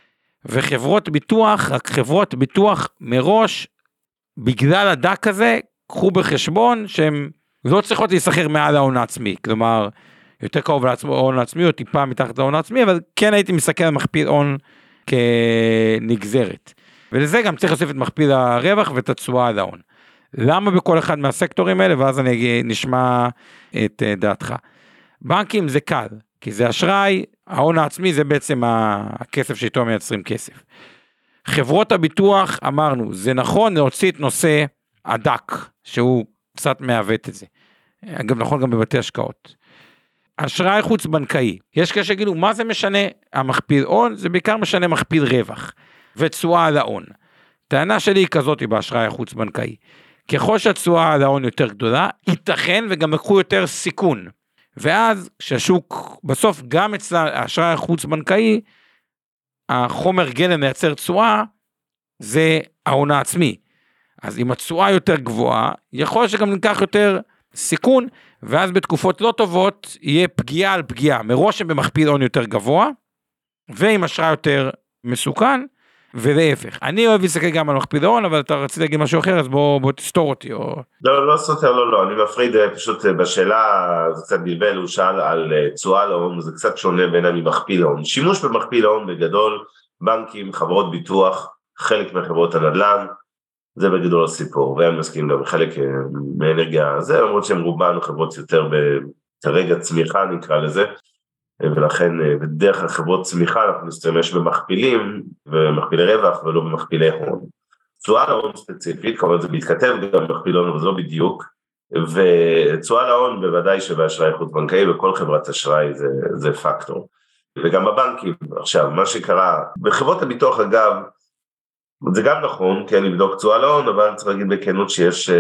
וחברות ביטוח, רק חברות ביטוח מראש, בגלל הדק הזה, קחו בחשבון שהן לא צריכות להיסחר מעל ההון העצמי, כלומר, יותר קרוב להון העצמי, או טיפה מתחת להון העצמי, אבל כן הייתי מסתכל על מכפיל הון כנגזרת. ולזה גם צריך להוסיף את מכפיל הרווח ואת התשואה על ההון. למה בכל אחד מהסקטורים האלה, ואז אני נשמע את דעתך. בנקים זה קל, כי זה אשראי, ההון העצמי זה בעצם הכסף שאיתו מייצרים כסף. חברות הביטוח, אמרנו, זה נכון להוציא את נושא הדק, שהוא קצת מעוות את זה. אגב, נכון גם בבתי השקעות. אשראי חוץ בנקאי, יש כאלה שגידו, מה זה משנה המכפיל הון? זה בעיקר משנה מכפיל רווח, ותשואה על ההון. טענה שלי היא כזאת באשראי החוץ בנקאי, ככל שהתשואה על ההון יותר גדולה, ייתכן וגם לקחו יותר סיכון, ואז כשהשוק, בסוף גם אצל האשראי החוץ בנקאי, החומר גלם לייצר תשואה, זה ההון העצמי, אז אם התשואה יותר גבוהה, יכול שגם ניקח יותר סיכון, ואז בתקופות לא טובות, יהיה פגיעה על פגיעה, מראש הם במכפיל הון יותר גבוה, ועם אשראי יותר מסוכן, ולהפך. אני אוהב להסתכל גם על מכפיל הון, אבל אתה רצית להגיד משהו אחר, אז בוא, בוא תסתור אותי. או... לא, לא סותר, לא, לא, אני מפריד פשוט בשאלה, זה קצת בלבל, הוא שאל על תשואה להון, זה קצת שונה בין אני מכפיל הון. שימוש במכפיל הון בגדול, בנקים, חברות ביטוח, חלק מחברות הנדל"ן, זה בגדול הסיפור, והם מסכים גם חלק מאנרגיה, זה למרות שהם רובן חברות יותר ברגע צמיחה נקרא לזה, ולכן בדרך כלל חברות צמיחה אנחנו נשתמש במכפילים, ומכפילי רווח ולא במכפילי הון. תשואה להון ספציפית, כמובן זה מתכתב גם במכפיל הון, אבל זה לא בדיוק, ותשואה להון בוודאי שבאשראי חוץ בנקאי, וכל חברת אשראי זה, זה פקטור. וגם בבנקים, עכשיו, מה שקרה, בחברות הביטוח אגב, זה גם נכון, כן, לבדוק תשואה להון, אבל אני צריך להגיד בכנות שיש,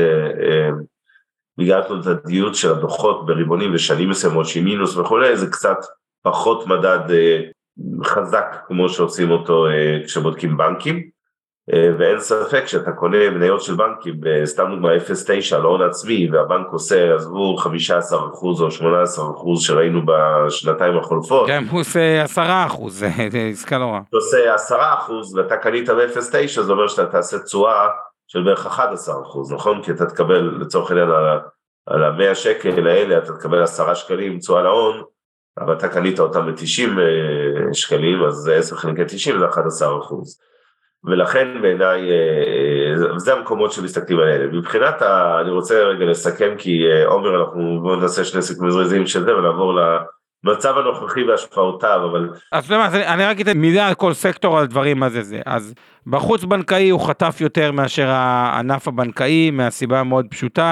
בגלל תנודתיות של הדוחות ברבעונים ושנים מסוימות, שהיא מינוס וכו', זה קצת פחות מדד חזק כמו שעושים אותו כשבודקים בנקים, ואין ספק שאתה קונה מניות של בנקים, סתם דוגמה אפס נקודה תשע להון עצמי, והבנק עושה, עזבו חמישה עשר אחוז או שמונה עשרה אחוז שראינו בשנתיים החולפות. כן, הוא עושה עשרה אחוז, זה עסקה לא רע. אתה עושה עשרה אחוז, ואתה קנית ב-אפס נקודה תשע, זה אומר שאתה תעשה תשואה של בערך אחד עשר אחוז, נכון? כי אתה תקבל לצורך העניין על המאה שקל האלה אתה תקבל עשרה שקלים תשואה להון, אבל אתה קנית אותם ב-תשעים שקלים, אז זה עשר חלקי תשעים, זה אחד עשר אחוז. ולכן בעיניי, זה המקומות שמסתכלים עליהם. מבחינת, ה, אני רוצה רגע לסכם, כי עומר, אנחנו בואו נעשה שני סיכומים זריזים של זה, ונעבור למצב הנוכחי והשפעותיו, אבל... אז אני רק אתן מילה על כל סקטור על דברים מה זה זה. אז בחוץ בנקאי הוא חטף יותר מאשר הענף הבנקאי, מהסיבה המאוד פשוטה,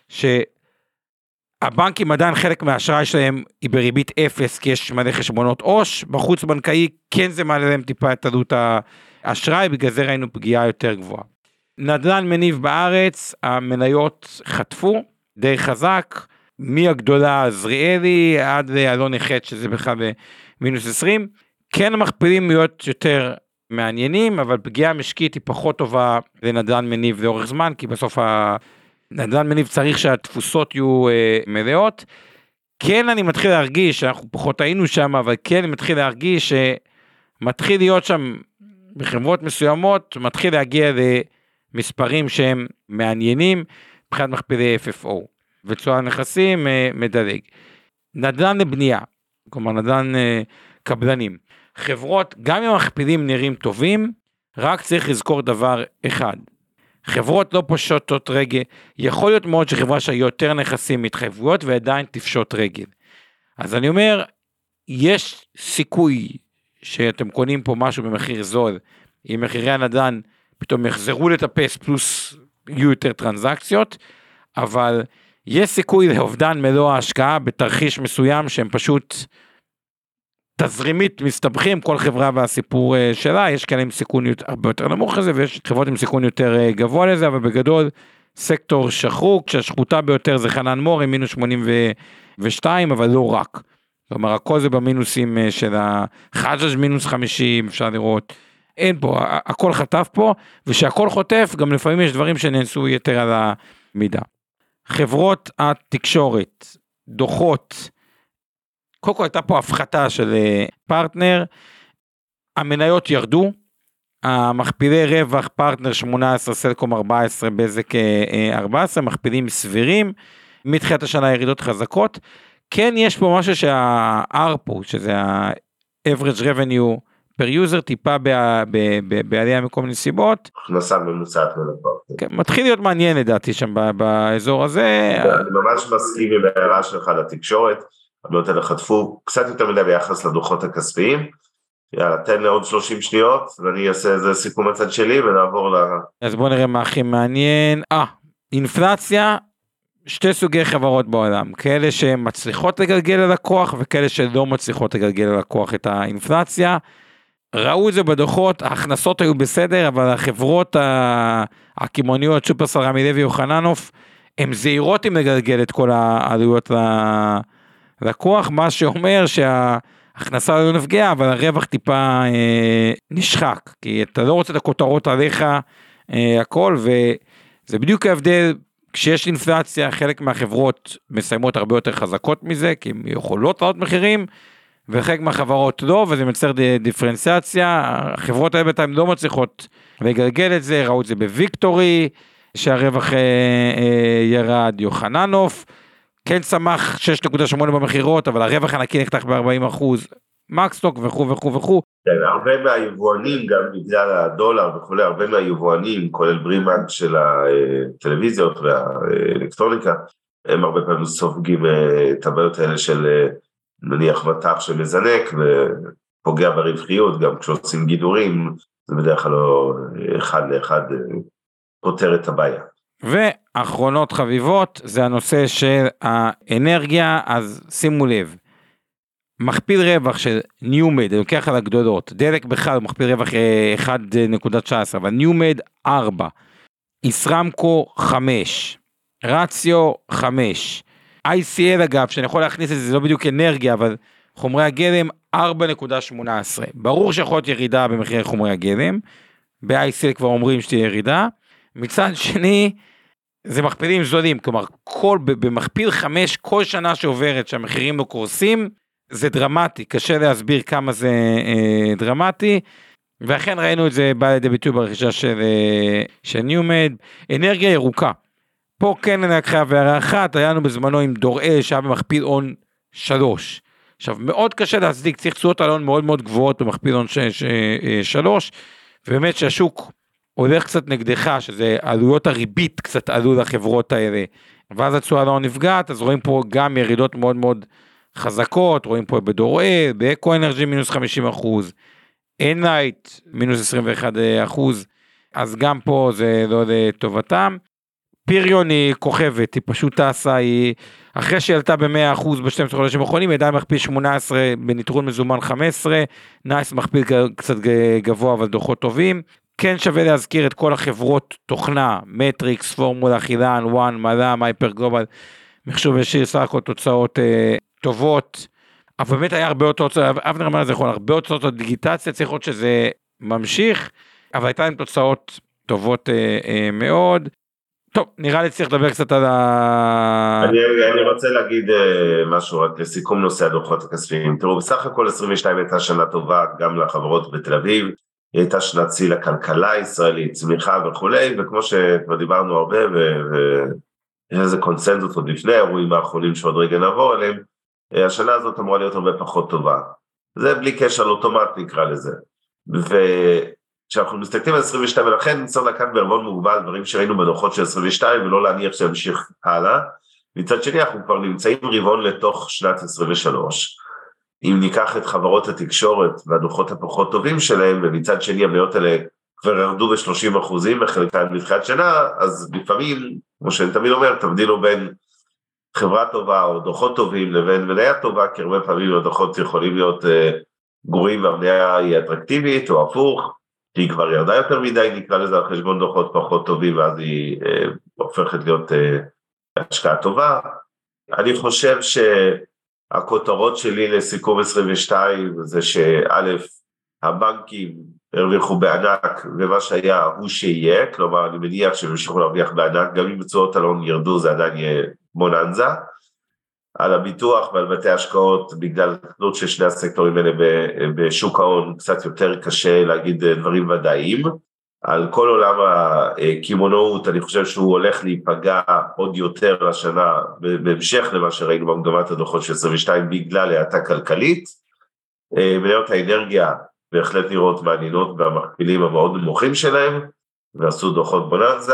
שהבנקים עדיין חלק מהאשראי שלהם היא בריבית אפס, כי יש מלא חשבונות עו"ש, בחוץ בנקאי כן זה מעלה להם טיפה את עלות האשראי, בגלל זה ראינו פגיעה יותר גבוהה. נדל"ן מניב בארץ, המניות חטפו די חזק, מהגדולה עזריאלי עד לאלון החט, שזה בכלל במינוס עשרים, כן המכפילים להיות יותר מעניינים, אבל פגיעה משקית היא פחות טובה לנדל"ן מניב לאורך זמן, כי בסוף הנדל"ן מניב צריך שהתפוסות יהיו אה, מלאות. כן אני מתחיל להרגיש, אנחנו פחות היינו שם, אבל כן אני מתחיל להרגיש שמתחיל להיות שם בחברות מסוימות, מתחיל להגיע למספרים שהם מעניינים, מבחינת מכפילי אף אף או, ותשואה נכסים אה, מדלג. נדל"ן לבנייה, כלומר נדל"ן אה, קבלנים. חברות, גם אם המכפילים נראים טובים, רק צריך לזכור דבר אחד. חברות לא פושטות רגל, יכול להיות מאוד שחברה שהיא יותר נכסים מתחייבויות, ועדיין תפשוט רגל. אז אני אומר, יש סיכוי שאתם קונים פה משהו במחיר זול, אם מחירי הנדל"ן פתאום יחזרו לטפס, פלוס יהיו יותר טרנזקציות, אבל יש סיכוי לאובדן מלוא ההשקעה, בתרחיש מסוים שהם פשוט תזרימית מסתבכים, כל חברה והסיפור שלה, יש כאלה עם סיכון הרבה יותר נמוך לזה, ויש חברות עם סיכון יותר גבוה לזה, אבל בגדול סקטור שחוק, שהשחוטה ביותר זה חנן מור, עם מינוס שמונים ושתיים, אבל לא רק. כלומר, הכל זה במינוסים של החג'ג' מינוס חמישים, אפשר לראות, אין פה, הכל חטף פה, ושהכל חוטף, גם לפעמים יש דברים שנעשו יותר על המידה. חברות התקשורת, דוחות, קודם כל הייתה פה הפחתה של פרטנר, המניות ירדו, המכפילי רווח פרטנר שמונה עשרה, סלקום ארבע עשרה, בזק ארבע עשרה, מכפילים סבירים, מתחילת השנה ירידות חזקות, כן יש פה משהו שה-ארפו, שזה ה-average revenue per user, טיפה בעלייה מכל מיני סיבות. הכנסה ממוצעת מלפרטנר. מתחיל להיות מעניין לדעתי שם באזור הזה. אני ממש מסכים עם ההערה שלך לתקשורת, המניות האלה חטפו קצת יותר מדי ביחס לדוחות הכספיים, יאללה, תן לי עוד שלושים שניות, ואני אעשה איזה סיכום הצד שלי, ונעבור ל... אז בואו נראה מה הכי מעניין. אה, אינפלציה, שתי סוגי חברות בעולם, כאלה שמצליחות לגלגל ללקוח, וכאלה שלא מצליחות לגלגל ללקוח את האינפלציה. ראו את זה בדוחות, ההכנסות היו בסדר, אבל החברות הקימוניות, שופרסל, רמי לוי וחננוף, הן זהירות עם לגלגל את כל העלויות ללקוח, מה שאומר שההכנסה לא נפגעה, אבל הרווח טיפה אה, נשחק, כי אתה לא רוצה את הכותרות עליך, אה, הכל, וזה בדיוק ההבדל, כשיש אינפלציה, חלק מהחברות מסיימות הרבה יותר חזקות מזה, כי הן יכולות לעלות מחירים, וחלק מהחברות לא, וזה מצטער דיפרנציאציה, החברות האלה בינתיים לא מצליחות לגלגל את זה, ראו את זה בוויקטורי, שהרווח אה, אה, ירד, יוחננוף, כן צמח שש נקודה שמונה במחירות, אבל הרווח הנקי נחתך ב-ארבעים אחוז, מקסטוק וכו' וכו' וכו'. כן, הרבה מהיבואנים, גם בגלל הדולר וכו', הרבה מהיבואנים, כולל ברימאג של הטלוויזיות והאלקטרוניקה, הם הרבה פעמים סופגים את הבעיות האלה של נניח מטח שמזנק ופוגע ברווחיות, גם כשעושים גידורים, זה בדרך כלל לא אחד לאחד פותר את הבעיה. ואחרונות חביבות, זה הנושא של האנרגיה, אז שימו לב, מכפיל רווח של ניומד, אני לוקח על הגדולות, דלק בכלל מכפיל רווח אחת נקודה תשע עשרה, אבל ניומד ארבע, ישרמקו חמש, רציו חמש, איי סי אל אגב, שאני יכול להכניס את זה, זה לא בדיוק אנרגיה, אבל חומרי הגלם ארבע נקודה שמונה עשרה, ברור שיכול להיות ירידה במחירי חומרי הגלם, ב-איי סי אל כבר אומרים שתהיה ירידה, מצד שני, זה מכפילים זולים, כלומר, כל, במכפיל חמש, כל שנה שעוברת שהמחירים לא קורסים, זה דרמטי, קשה להסביר כמה זה אה, דרמטי, ואכן ראינו את זה בא לידי ביטוי ברכישה של, אה, של ניומד, אנרגיה ירוקה, פה כן אני חייב הערה אחת, היה לנו בזמנו עם דוראל שהיה במכפיל הון שלוש. עכשיו, מאוד קשה להצדיק, צריך תשואות על הון מאוד מאוד גבוהות במכפיל הון שלוש, ובאמת שהשוק הולך קצת נגדך, שזה עלויות הריבית קצת עלו לחברות האלה, ואז התשואה לא נפגעת, אז רואים פה גם ירידות מאוד מאוד חזקות, רואים פה בדוראל, באקו אנרג'י מינוס חמישים אחוז, אנלייט מינוס עשרים ואחד אחוז, אז גם פה זה לא לטובתם. פיריון היא כוכבת, היא פשוט טסה, היא אחרי שהיא עלתה ב-מאה אחוז ב-שנים עשר חודשים האחרונים, היא עדיין מכפיל שמונה עשרה, בניטרול מזומן חמש עשרה, נייס מכפיל קצת גבוה, אבל דוחות טובים. כן שווה להזכיר את כל החברות תוכנה, מטריקס, פורמולה, חילן, וואן, מלאם, הייפר גלובל, מחשוב ישיר, סך הכל תוצאות אה, טובות, אבל באמת היה הרבה הוצאות, אבנר אמר לזה יכול, הרבה הוצאות דיגיטציה, צריך לראות שזה ממשיך, אבל הייתה להם תוצאות טובות אה, אה, מאוד. טוב, נראה לי צריך לדבר קצת על ה... אני, אני רוצה להגיד uh, משהו רק לסיכום נושא הדוחות הכספיים. תראו, בסך הכל עשרים ושתיים הייתה שנה טובה גם לחברות בתל אביב, היא הייתה שנת שיא לכלכלה הישראלית, צמיחה וכולי, וכמו שכבר דיברנו הרבה, ויש איזה קונסנזוס עוד לפני האירועים האחרונים שעוד רגע נעבור עליהם, השנה הזאת אמורה להיות הרבה פחות טובה. זה בלי קשר אוטומט נקרא לזה. וכשאנחנו מסתכלים על עשרים ושתיים, ולכן נצטרך לקחת בערבון מוגבל דברים שראינו בדוחות של עשרים ושתיים, ולא להניח שימשיך הלאה. מצד שני, אנחנו כבר נמצאים רבעון לתוך שנת עשרים ושלוש. אם ניקח את חברות התקשורת והדוחות הפחות טובים שלהם, ומצד שני המניות האלה כבר ירדו ב-שלושים אחוזים בחלקן בתחילת שנה, אז לפעמים, כמו שאני תמיד אומר, תבדילו בין חברה טובה או דוחות טובים לבין מניה טובה, כי הרבה פעמים הדוחות יכולים להיות uh, גרועים והמניה היא אטרקטיבית או הפוך, היא כבר ירדה יותר מדי, נקרא לזה על חשבון דוחות פחות טובים, ואז היא uh, הופכת להיות uh, השקעה טובה. אני חושב שהכותרות שלי לסיכום עשרים ושתיים זה שא' הבנקים הרוויחו בענק, ומה שהיה הוא שיהיה, כלומר אני מניח שהם ימשיכו להרוויח בענק, גם אם תשואות על הון ירדו זה עדיין יהיה בוננזה. על הביטוח ועל בתי השקעות, בגלל התכנות של שני הסקטורים האלה בשוק ההון, קצת יותר קשה להגיד דברים ודאיים. על כל עולם הקימונאות, אני חושב שהוא הולך להיפגע עוד יותר השנה, בהמשך למה שראינו במגמת הדוחות של עשרים ושתיים, בגלל האטה כלכלית. מניות האנרגיה בהחלט נראות מעניינות במכפילים המאוד נמוכים שלהם, ועשו דוחות בוננזה,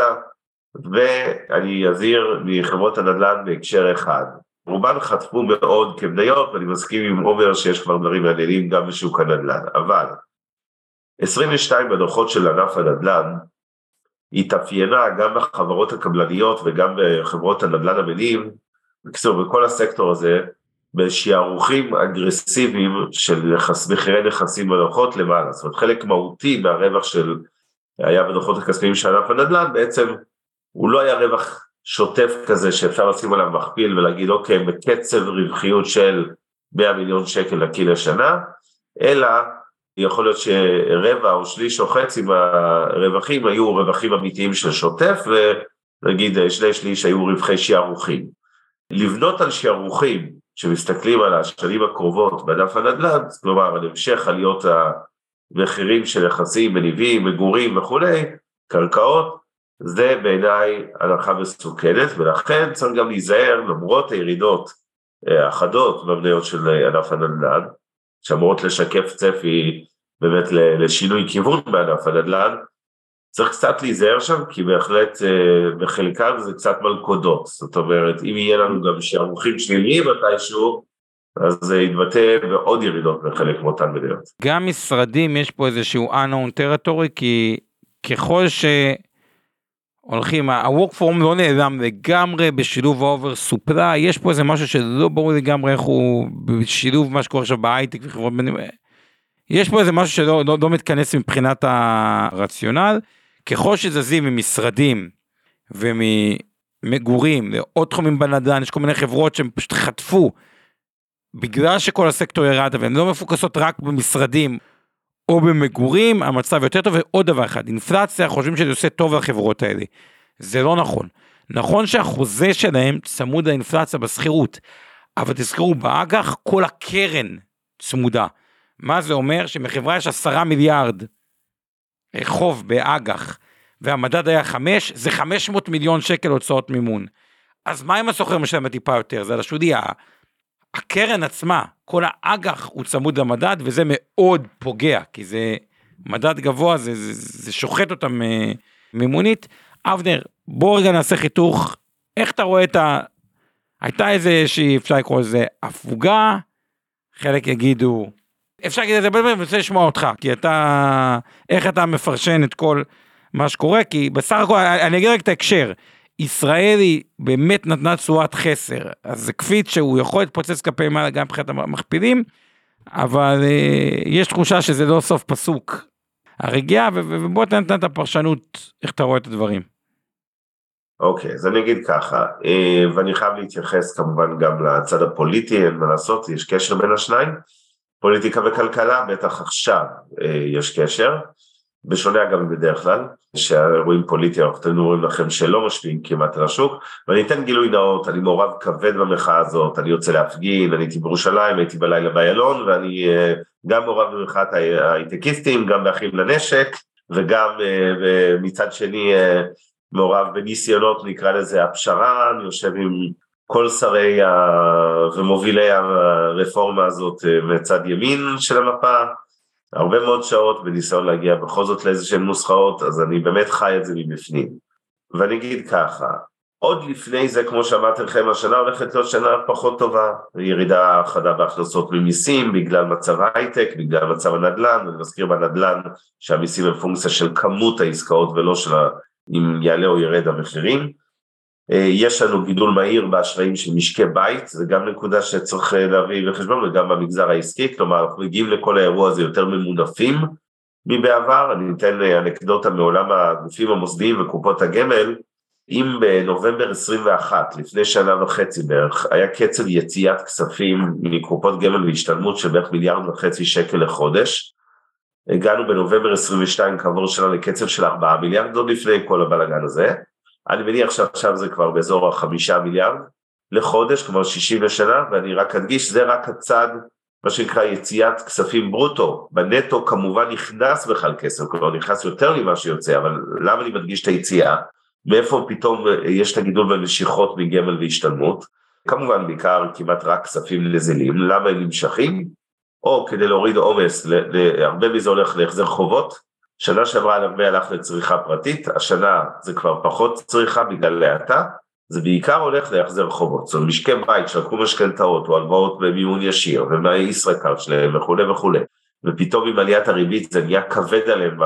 ואני אזהיר מחברות הנדל"ן בהקשר אחד. רובן חטפו מאוד כמניות, ואני מסכים עם עומר שיש כבר דברים מעניינים גם בשוק הנדל"ן, אבל עשרים ושתיים בדוחות של ענף הנדל"ן, התאפיינה גם בחברות הקבלניות וגם בחברות הנדל"ן המניב, בקיצור בכל הסקטור הזה, בשערוכים אגרסיביים של מחירי נכסים בדוחות למעלה, זאת אומרת חלק מהותי מהרווח של היה בדוחות הכספיים של ענף הנדל"ן, בעצם הוא לא היה רווח שוטף כזה שאפשר לשים עליו מכפיל ולהגיד אוקיי, בקצב רווחיות של מאה מיליון שקל לקי לשנה, אלא יכול להיות שרבע או שליש או חצי מהרווחים היו רווחים אמיתיים של שוטף, ונגיד שני שליש היו רווחי שערוכים. לבנות על שערוכים שמסתכלים על השנים הקרובות בענף הנדל"ן, כלומר על המשך עליות המחירים של יחסים, מניבים, מגורים וכולי, קרקעות, זה בעיניי הנחה מסוכנת, ולכן צריך גם להיזהר למרות הירידות החדות במניות של ענף הנדל"ן, שאמורות לשקף צפי באמת לשינוי כיוון בענף הנדל"ן, צריך קצת להיזהר שם, כי בהחלט בחלקם זה קצת מלכודות, זאת אומרת, אם יהיה לנו גם שערוכים שליליים מתישהו, אז זה יתבטא בעוד ירידות בחלק מאותן מניות. גם משרדים יש פה איזשהו unknown territory, כי ככל שהולכים, ה-work from לא נעלם לגמרי בשילוב ה-over supply, יש פה איזה משהו שלא ברור לגמרי איך הוא בשילוב מה שקורה עכשיו בהייטק וחברות בנים, יש פה איזה משהו שלא לא, לא מתכנס מבחינת הרציונל, ככל שזזים ממשרדים וממגורים לעוד תחומים בנדל"ן, יש כל מיני חברות שהם פשוט חטפו, בגלל שכל הסקטור ירד, והן לא מפוקסות רק במשרדים או במגורים, המצב יותר טוב. ועוד דבר אחד, אינפלציה, חושבים שזה עושה טוב לחברות האלה. זה לא נכון. נכון שהחוזה שלהם צמוד לאינפלציה בסחירות, אבל תזכרו, באג"ח כל הקרן צמודה. מה זה אומר? שמחברה יש עשרה מיליארד חוב באג"ח, והמדד היה חמש, זה חמש מאות מיליון שקל הוצאות מימון. אז מה אם הסוחר משלם טיפה יותר? זה לשודי, הקרן עצמה, כל האג"ח הוא צמוד למדד, וזה מאוד פוגע, כי זה מדד גבוה, זה, זה, זה שוחט אותם מימונית. אבנר, בוא רגע נעשה חיתוך, איך אתה רואה את ה... הייתה איזה שהיא, אפשר לקרוא לזה, הפוגה, חלק יגידו, אפשר להגיד את זה, אבל אני רוצה לשמוע אותך, כי אתה, איך אתה מפרשן את כל מה שקורה, כי בסך הכל, אני אגיד רק את ההקשר, ישראל היא באמת נתנה תשואת חסר, אז זה קפיץ שהוא יכול להתפוצץ כלפי מעלה גם מבחינת המכפילים, אבל אה, יש תחושה שזה לא סוף פסוק הרגיעה, ובוא תנתן את הפרשנות, איך אתה רואה את הדברים. אוקיי, אז אני אגיד ככה, ואני חייב להתייחס כמובן גם לצד הפוליטי, אין מה לעשות, יש קשר בין השניים, פוליטיקה וכלכלה, בטח עכשיו יש קשר, בשונה אגב בדרך כלל, שהאירועים פוליטיים, אנחנו אומרים לכם שלא משפיעים כמעט על השוק, ואני אתן גילוי נאות, אני מעורב כבד במחאה הזאת, אני יוצא להפגין, אני הייתי בירושלים, הייתי בלילה באיילון, ואני גם מעורב במחאת ההייטקיסטים, גם באחים לנשק, וגם מצד שני מעורב בניסיונות, נקרא לזה הפשרה, אני יושב עם כל שרי ומובילי הרפורמה הזאת מצד ימין של המפה, הרבה מאוד שעות בניסיון להגיע בכל זאת לאיזשהם נוסחאות, אז אני באמת חי את זה מבפנים. ואני אגיד ככה, עוד לפני זה, כמו שאמרתי לכם, השנה הולכת להיות שנה פחות טובה, ירידה חדה בהכנסות ממיסים, בגלל מצב ההייטק, בגלל מצב הנדל"ן, ואני מזכיר בנדל"ן שהמיסים הם פונקציה של כמות העסקאות ולא של אם יעלה או ירד המחירים. יש לנו גידול מהיר באשראים של משקי בית, זה גם נקודה שצריך להביא בחשבון, וגם במגזר העסקי, כלומר אנחנו מגיעים לכל האירוע הזה יותר ממונפים מבעבר. אני אתן אנקדוטה מעולם הגופים המוסדיים וקופות הגמל, אם בנובמבר עשרים ואחת, לפני שנה וחצי בערך, היה קצב יציאת כספים מקופות גמל והשתלמות של בערך מיליארד וחצי שקל לחודש, הגענו בנובמבר עשרים ושתיים כעבור שנה לקצב של ארבעה מיליארד, עוד לפני כל הבלגן הזה, אני מניח שעכשיו זה כבר באזור החמישה מיליארד לחודש, כלומר שישים לשנה, ואני רק אדגיש, זה רק הצד, מה שנקרא יציאת כספים ברוטו, בנטו כמובן נכנס בכלל כסף, כלומר נכנס יותר ממה שיוצא, אבל למה אני מדגיש את היציאה? מאיפה פתאום יש את הגידול במשיכות מגמל והשתלמות? כמובן בעיקר כמעט רק כספים נזילים, למה הם נמשכים? או כדי להוריד עומס, הרבה מזה הולך להחזר חובות, שנה שעברה הרבה הלך לצריכה פרטית, השנה זה כבר פחות צריכה בגלל להטה, זה בעיקר הולך להחזר חובות, זאת אומרת משקי בית שלקחו משכנתאות או הלוואות במימון ישיר, ומהישראכרט שלהם וכו' וכו', ופתאום עם עליית הריבית זה נהיה כבד עליהם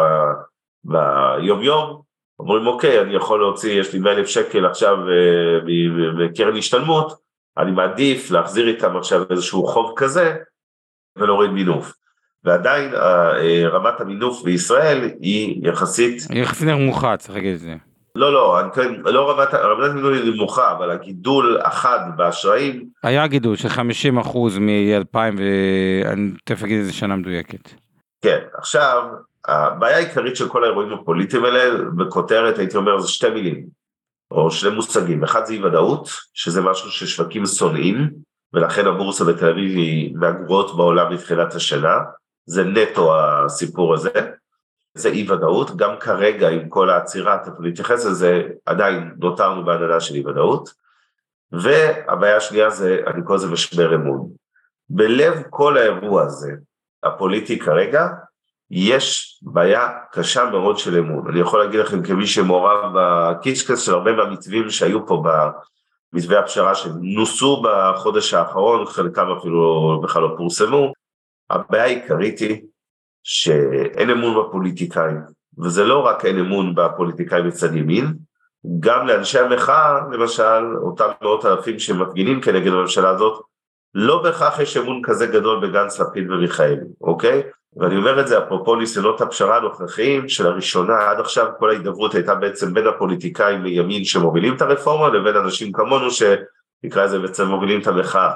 ביום יום, אומרים אוקיי, אני יכול להוציא, יש לי מאה אלף שקל עכשיו מקרן השתלמות, אני מעדיף להחזיר איתם עכשיו איזשהו חוב כזה, ולהוריד מינוף. ועדיין רמת המינוף בישראל היא יחסית... היא יחסית נמוכה, צריך להגיד את זה. לא, לא, לא רמת, רמת המינוף היא נמוכה, אבל הגידול אחד באשראים... היה גידול של חמישים אחוז מ-אלפיים, ואני תכף אגיד איזה שנה מדויקת. כן, עכשיו, הבעיה העיקרית של כל האירועים הפוליטיים האלה, בכותרת הייתי אומר, זה שתי מילים, או שני מושגים. אחד זה אי ודאות, שזה משהו ששווקים שונאים, ולכן הבורסה בתל אביב היא מהגרועות בעולם מתחילת השנה, זה נטו הסיפור הזה, זה אי ודאות, גם כרגע עם כל העצירה, תכף להתייחס לזה, עדיין נותרנו בעננה של אי ודאות, והבעיה השנייה זה, אני קורא לזה משבר אמון. בלב כל האירוע הזה, הפוליטי כרגע, יש בעיה קשה מאוד של אמון. אני יכול להגיד לכם כמי שמעורב בקישקס של הרבה מהמתווים שהיו פה במתווה הפשרה שנוסו בחודש האחרון, חלקם אפילו בכלל לא פורסמו, הבעיה העיקרית היא שאין אמון בפוליטיקאים, וזה לא רק אין אמון בפוליטיקאים מצד ימין, גם לאנשי המחאה, למשל, אותם מאות אלפים שמפגינים כנגד הממשלה הזאת, לא בהכרח יש אמון כזה גדול בגנץ, לפיד ומיכאלי, אוקיי? ואני אומר את זה אפרופו ניסיונות הפשרה הנוכחיים, שלראשונה עד עכשיו כל ההידברות הייתה בעצם בין הפוליטיקאים לימין שמובילים את הרפורמה, לבין אנשים כמונו שנקרא לזה בעצם מובילים את המחאה,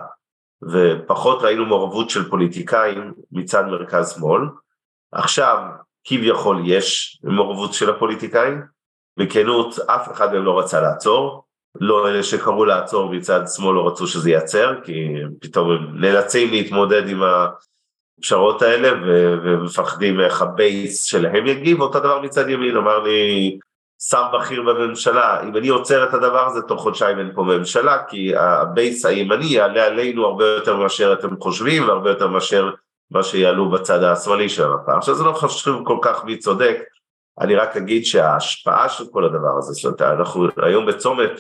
ופחות ראינו מעורבות של פוליטיקאים מצד מרכז שמאל. עכשיו כביכול יש מעורבות של הפוליטיקאים, בכנות אף אחד מהם לא רצה לעצור, לא אלה שקראו לעצור מצד שמאל לא רצו שזה ייעצר, כי פתאום הם נאלצים להתמודד עם הפשרות האלה, ומפחדים איך הבייס שלהם יגיב. אותו דבר מצד ימין, אמר לי שר בכיר בממשלה, אם אני עוצר את הדבר הזה, תוך חודשיים אין פה ממשלה, כי הבייס הימני יעלה עלינו הרבה יותר מאשר אתם חושבים, והרבה יותר מאשר מה שיעלו בצד השמאלי של המפה. עכשיו זה לא חשוב כל כך מי צודק, אני רק אגיד שההשפעה של כל הדבר הזה, זאת אומרת, אנחנו היום בצומת,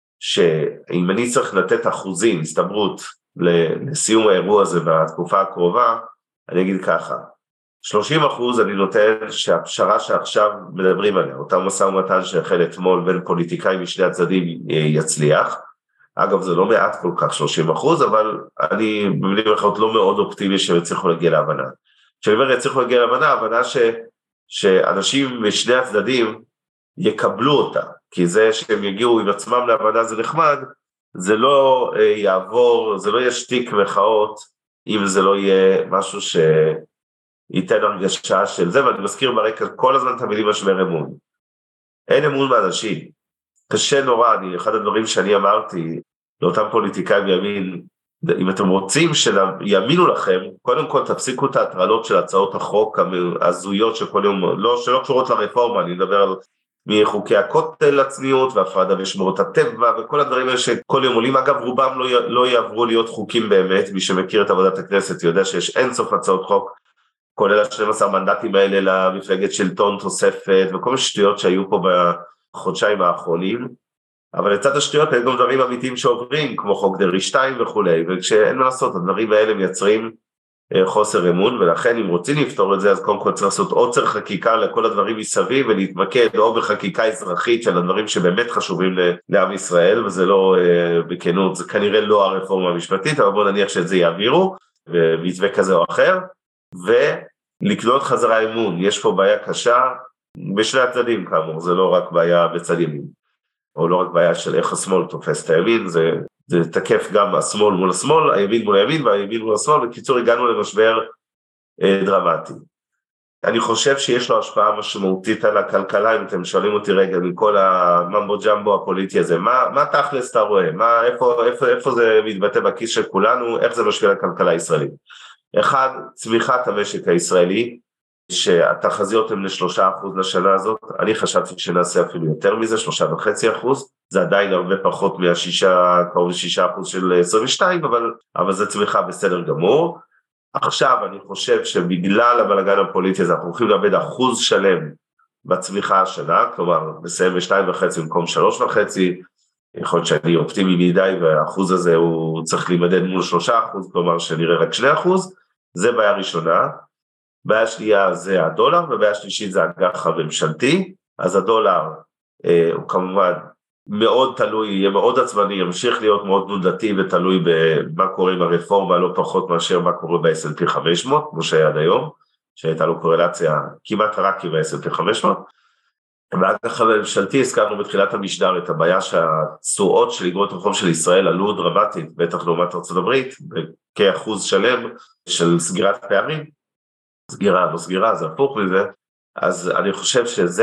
שאם אני צריך לתת אחוזים, הסתברות, לסיום האירוע הזה בתקופה הקרובה, אני אגיד ככה, שלושים אחוז אני נותן שהפשרה שעכשיו מדברים עליה, אותה משא ומתן שהחל אתמול בין פוליטיקאים משני הצדדים יצליח, אגב זה לא מעט כל כך שלושים אחוז, אבל אני במילים אחרות לא מאוד אופטימי שיצליחו להגיע להבנה. כשאני אומר יצליחו להגיע להבנה, הבנה ש, שאנשים משני הצדדים יקבלו אותה, כי זה שהם יגיעו עם עצמם להבנה זה נחמד, זה לא יעבור, זה לא ישתיק מחאות, אם זה לא יהיה משהו ש... ייתן הרגשה של זה, ואני מזכיר ברקע כל הזמן את המילים משבר אמון. אין אמון מאנשים. קשה נורא, אני, אחד הדברים שאני אמרתי לאותם פוליטיקאים ימין, אם אתם רוצים שיאמינו לכם, קודם כל תפסיקו את ההטרלות של הצעות החוק הזויות שכל יום, לא, שלא קשורות לרפורמה, אני מדבר על מחוקי הכותל לצניעות, והפרדה ושמורות הטבע, וכל הדברים האלה שכל יום עולים, אגב רובם לא, לא יעברו להיות חוקים באמת, מי שמכיר את עבודת הכנסת יודע שיש אין סוף הצעות חוק, כולל ה-שנים עשר מנדטים האלה למפלגת שלטון תוספת, וכל מיני שטויות שהיו פה בחודשיים האחרונים, אבל לצד השטויות אין גם דברים אמיתיים שעוברים, כמו חוק דרעי שתיים וכו', וכשאין מה לעשות, הדברים האלה מייצרים חוסר אמון, ולכן אם רוצים לפתור את זה, אז קודם כל צריך לעשות עוצר חקיקה לכל הדברים מסביב, ולהתמקד או בחקיקה אזרחית של הדברים שבאמת חשובים לעם ישראל, וזה לא בכנות, זה כנראה לא הרפורמה המשפטית, אבל בוא נניח שאת זה יעבירו, ומתווה כזה או אחר, ולקנות חזרה אמון. יש פה בעיה קשה בשני הצדדים כאמור, זה לא רק בעיה בצד ימין, או לא רק בעיה של איך השמאל תופס את הימין, זה, זה תקף גם השמאל מול השמאל, הימין מול הימין והימין מול השמאל, בקיצור הגענו למשבר אה, דרמטי. אני חושב שיש לו השפעה משמעותית על הכלכלה, אם אתם שואלים אותי רגע מכל הממבו ג'מבו הפוליטי הזה, מה, מה תכלס אתה רואה, מה, איפה, איפה, איפה זה מתבטא בכיס של כולנו, איך זה משפיע על הכלכלה הישראלית. אחד, צמיחת המשק הישראלי, שהתחזיות הן לשלושה אחוז לשנה הזאת, אני חשבתי שנעשה אפילו יותר מזה, שלושה וחצי אחוז, זה עדיין הרבה פחות מהשישה, קרוב לשישה אחוז של עשרים ושתיים, אבל, אבל זה צמיחה בסדר גמור. עכשיו אני חושב שבגלל הבלגן הפוליטי הזה, אנחנו הולכים לאבד אחוז שלם בצמיחה השנה, כלומר, נסיים בשתיים וחצי במקום שלוש וחצי, יכול להיות שאני אופטימי מדי, והאחוז הזה הוא צריך להימדד מול שלושה אחוז, כלומר שנראה רק שני אחוז, זה בעיה ראשונה. בעיה שנייה זה הדולר, ובעיה שלישית זה האג"ח הממשלתי, אז הדולר אה, הוא כמובן מאוד תלוי, יהיה מאוד עצבני, ימשיך להיות מאוד תנודתי ותלוי במה קורה עם הרפורמה, לא פחות מאשר מה קורה ב-אס אנד פי חמש מאות, כמו שהיה עד היום, שהייתה לו קורלציה כמעט רק עם ה-אס אנד פי חמש מאות, והאג"ח הממשלתי הזכרנו בתחילת המשדר את הבעיה שהתשואות של אגרות החוב של ישראל עלו דרמטית, בטח לעומת ארצות הברית, כאחוז שלם של סגירת פערים, סגירה, לא סגירה, זה הפוך מזה, אז אני חושב שזה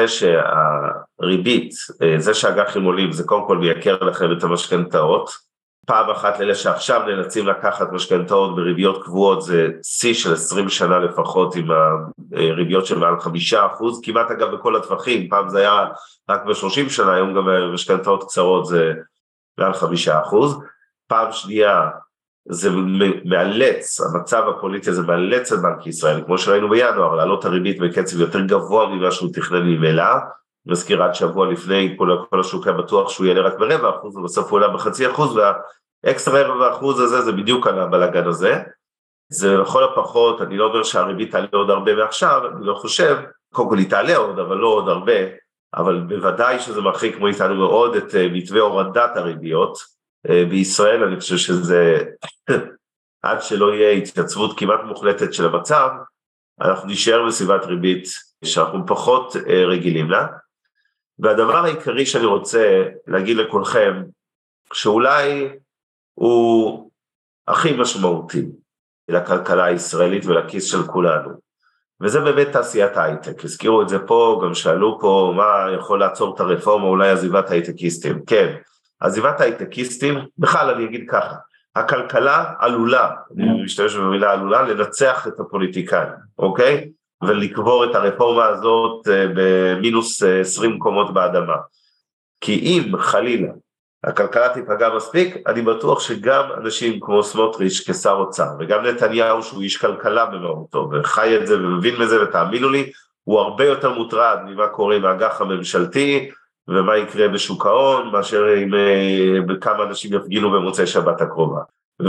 שהריבית, זה שהאג"חים עולים, זה קודם כל מייקר לכם את המשכנתאות, פעם אחת לאלה שעכשיו נאלצים לקחת משכנתאות בריביות קבועות, זה שיא של עשרים שנה לפחות עם הריביות של מעל חמישה אחוז, כמעט אגב בכל הטווחים, פעם זה היה רק ב-שלושים שנה, היום גם משכנתאות קצרות זה מעל חמישה אחוז, פעם שנייה, זה מאלץ, המצב הפוליטי הזה מאלץ את בנק ישראל, כמו שראינו בינואר, לעלות הריבית בקצב יותר גבוה ממה שהוא תכנן ממילא, מזכיר עד שבוע לפני, כל, כל השוק היה בטוח שהוא יעלה רק ברבע אחוז, ובסוף הוא עלה בחצי אחוז, והאקסטרה רבע אחוז הזה, זה בדיוק על הבלגן הזה, זה לכל הפחות, אני לא אומר שהריבית תעלה עוד הרבה מעכשיו, אני לא חושב, קודם כל היא תעלה עוד, אבל לא עוד הרבה, אבל בוודאי שזה מרחיק מאיתנו מאוד את מתווה הורדת הריביות, בישראל אני חושב שזה, עד שלא יהיה התייצבות כמעט מוחלטת של המצב, אנחנו נשאר בסביבת ריבית שאנחנו פחות רגילים לה, והדבר העיקרי שאני רוצה להגיד לכולכם, שאולי הוא הכי משמעותי לכלכלה הישראלית ולכיס של כולנו, וזה באמת תעשיית ההייטק, הזכירו את זה פה, גם שאלו פה מה יכול לעצור את הרפורמה, אולי עזיבת ההייטקיסטים, כן, עזיבת ההייטקיסטים, בכלל אני אגיד ככה, הכלכלה עלולה, אני משתמש במילה עלולה, לנצח את הפוליטיקאים, אוקיי? ולקבור את הרפורמה הזאת במינוס עשרים קומות באדמה. כי אם חלילה הכלכלה תיפגע מספיק, אני בטוח שגם אנשים כמו סמוטריץ' כשר אוצר, וגם נתניהו שהוא איש כלכלה במהותו, וחי את זה ומבין מזה, ותאמינו לי, הוא הרבה יותר מוטרד ממה קורה עם האג"ח הממשלתי, ומה יקרה בשוק ההון, מאשר עם כמה אנשים יפגינו במוצאי שבת הקרובה.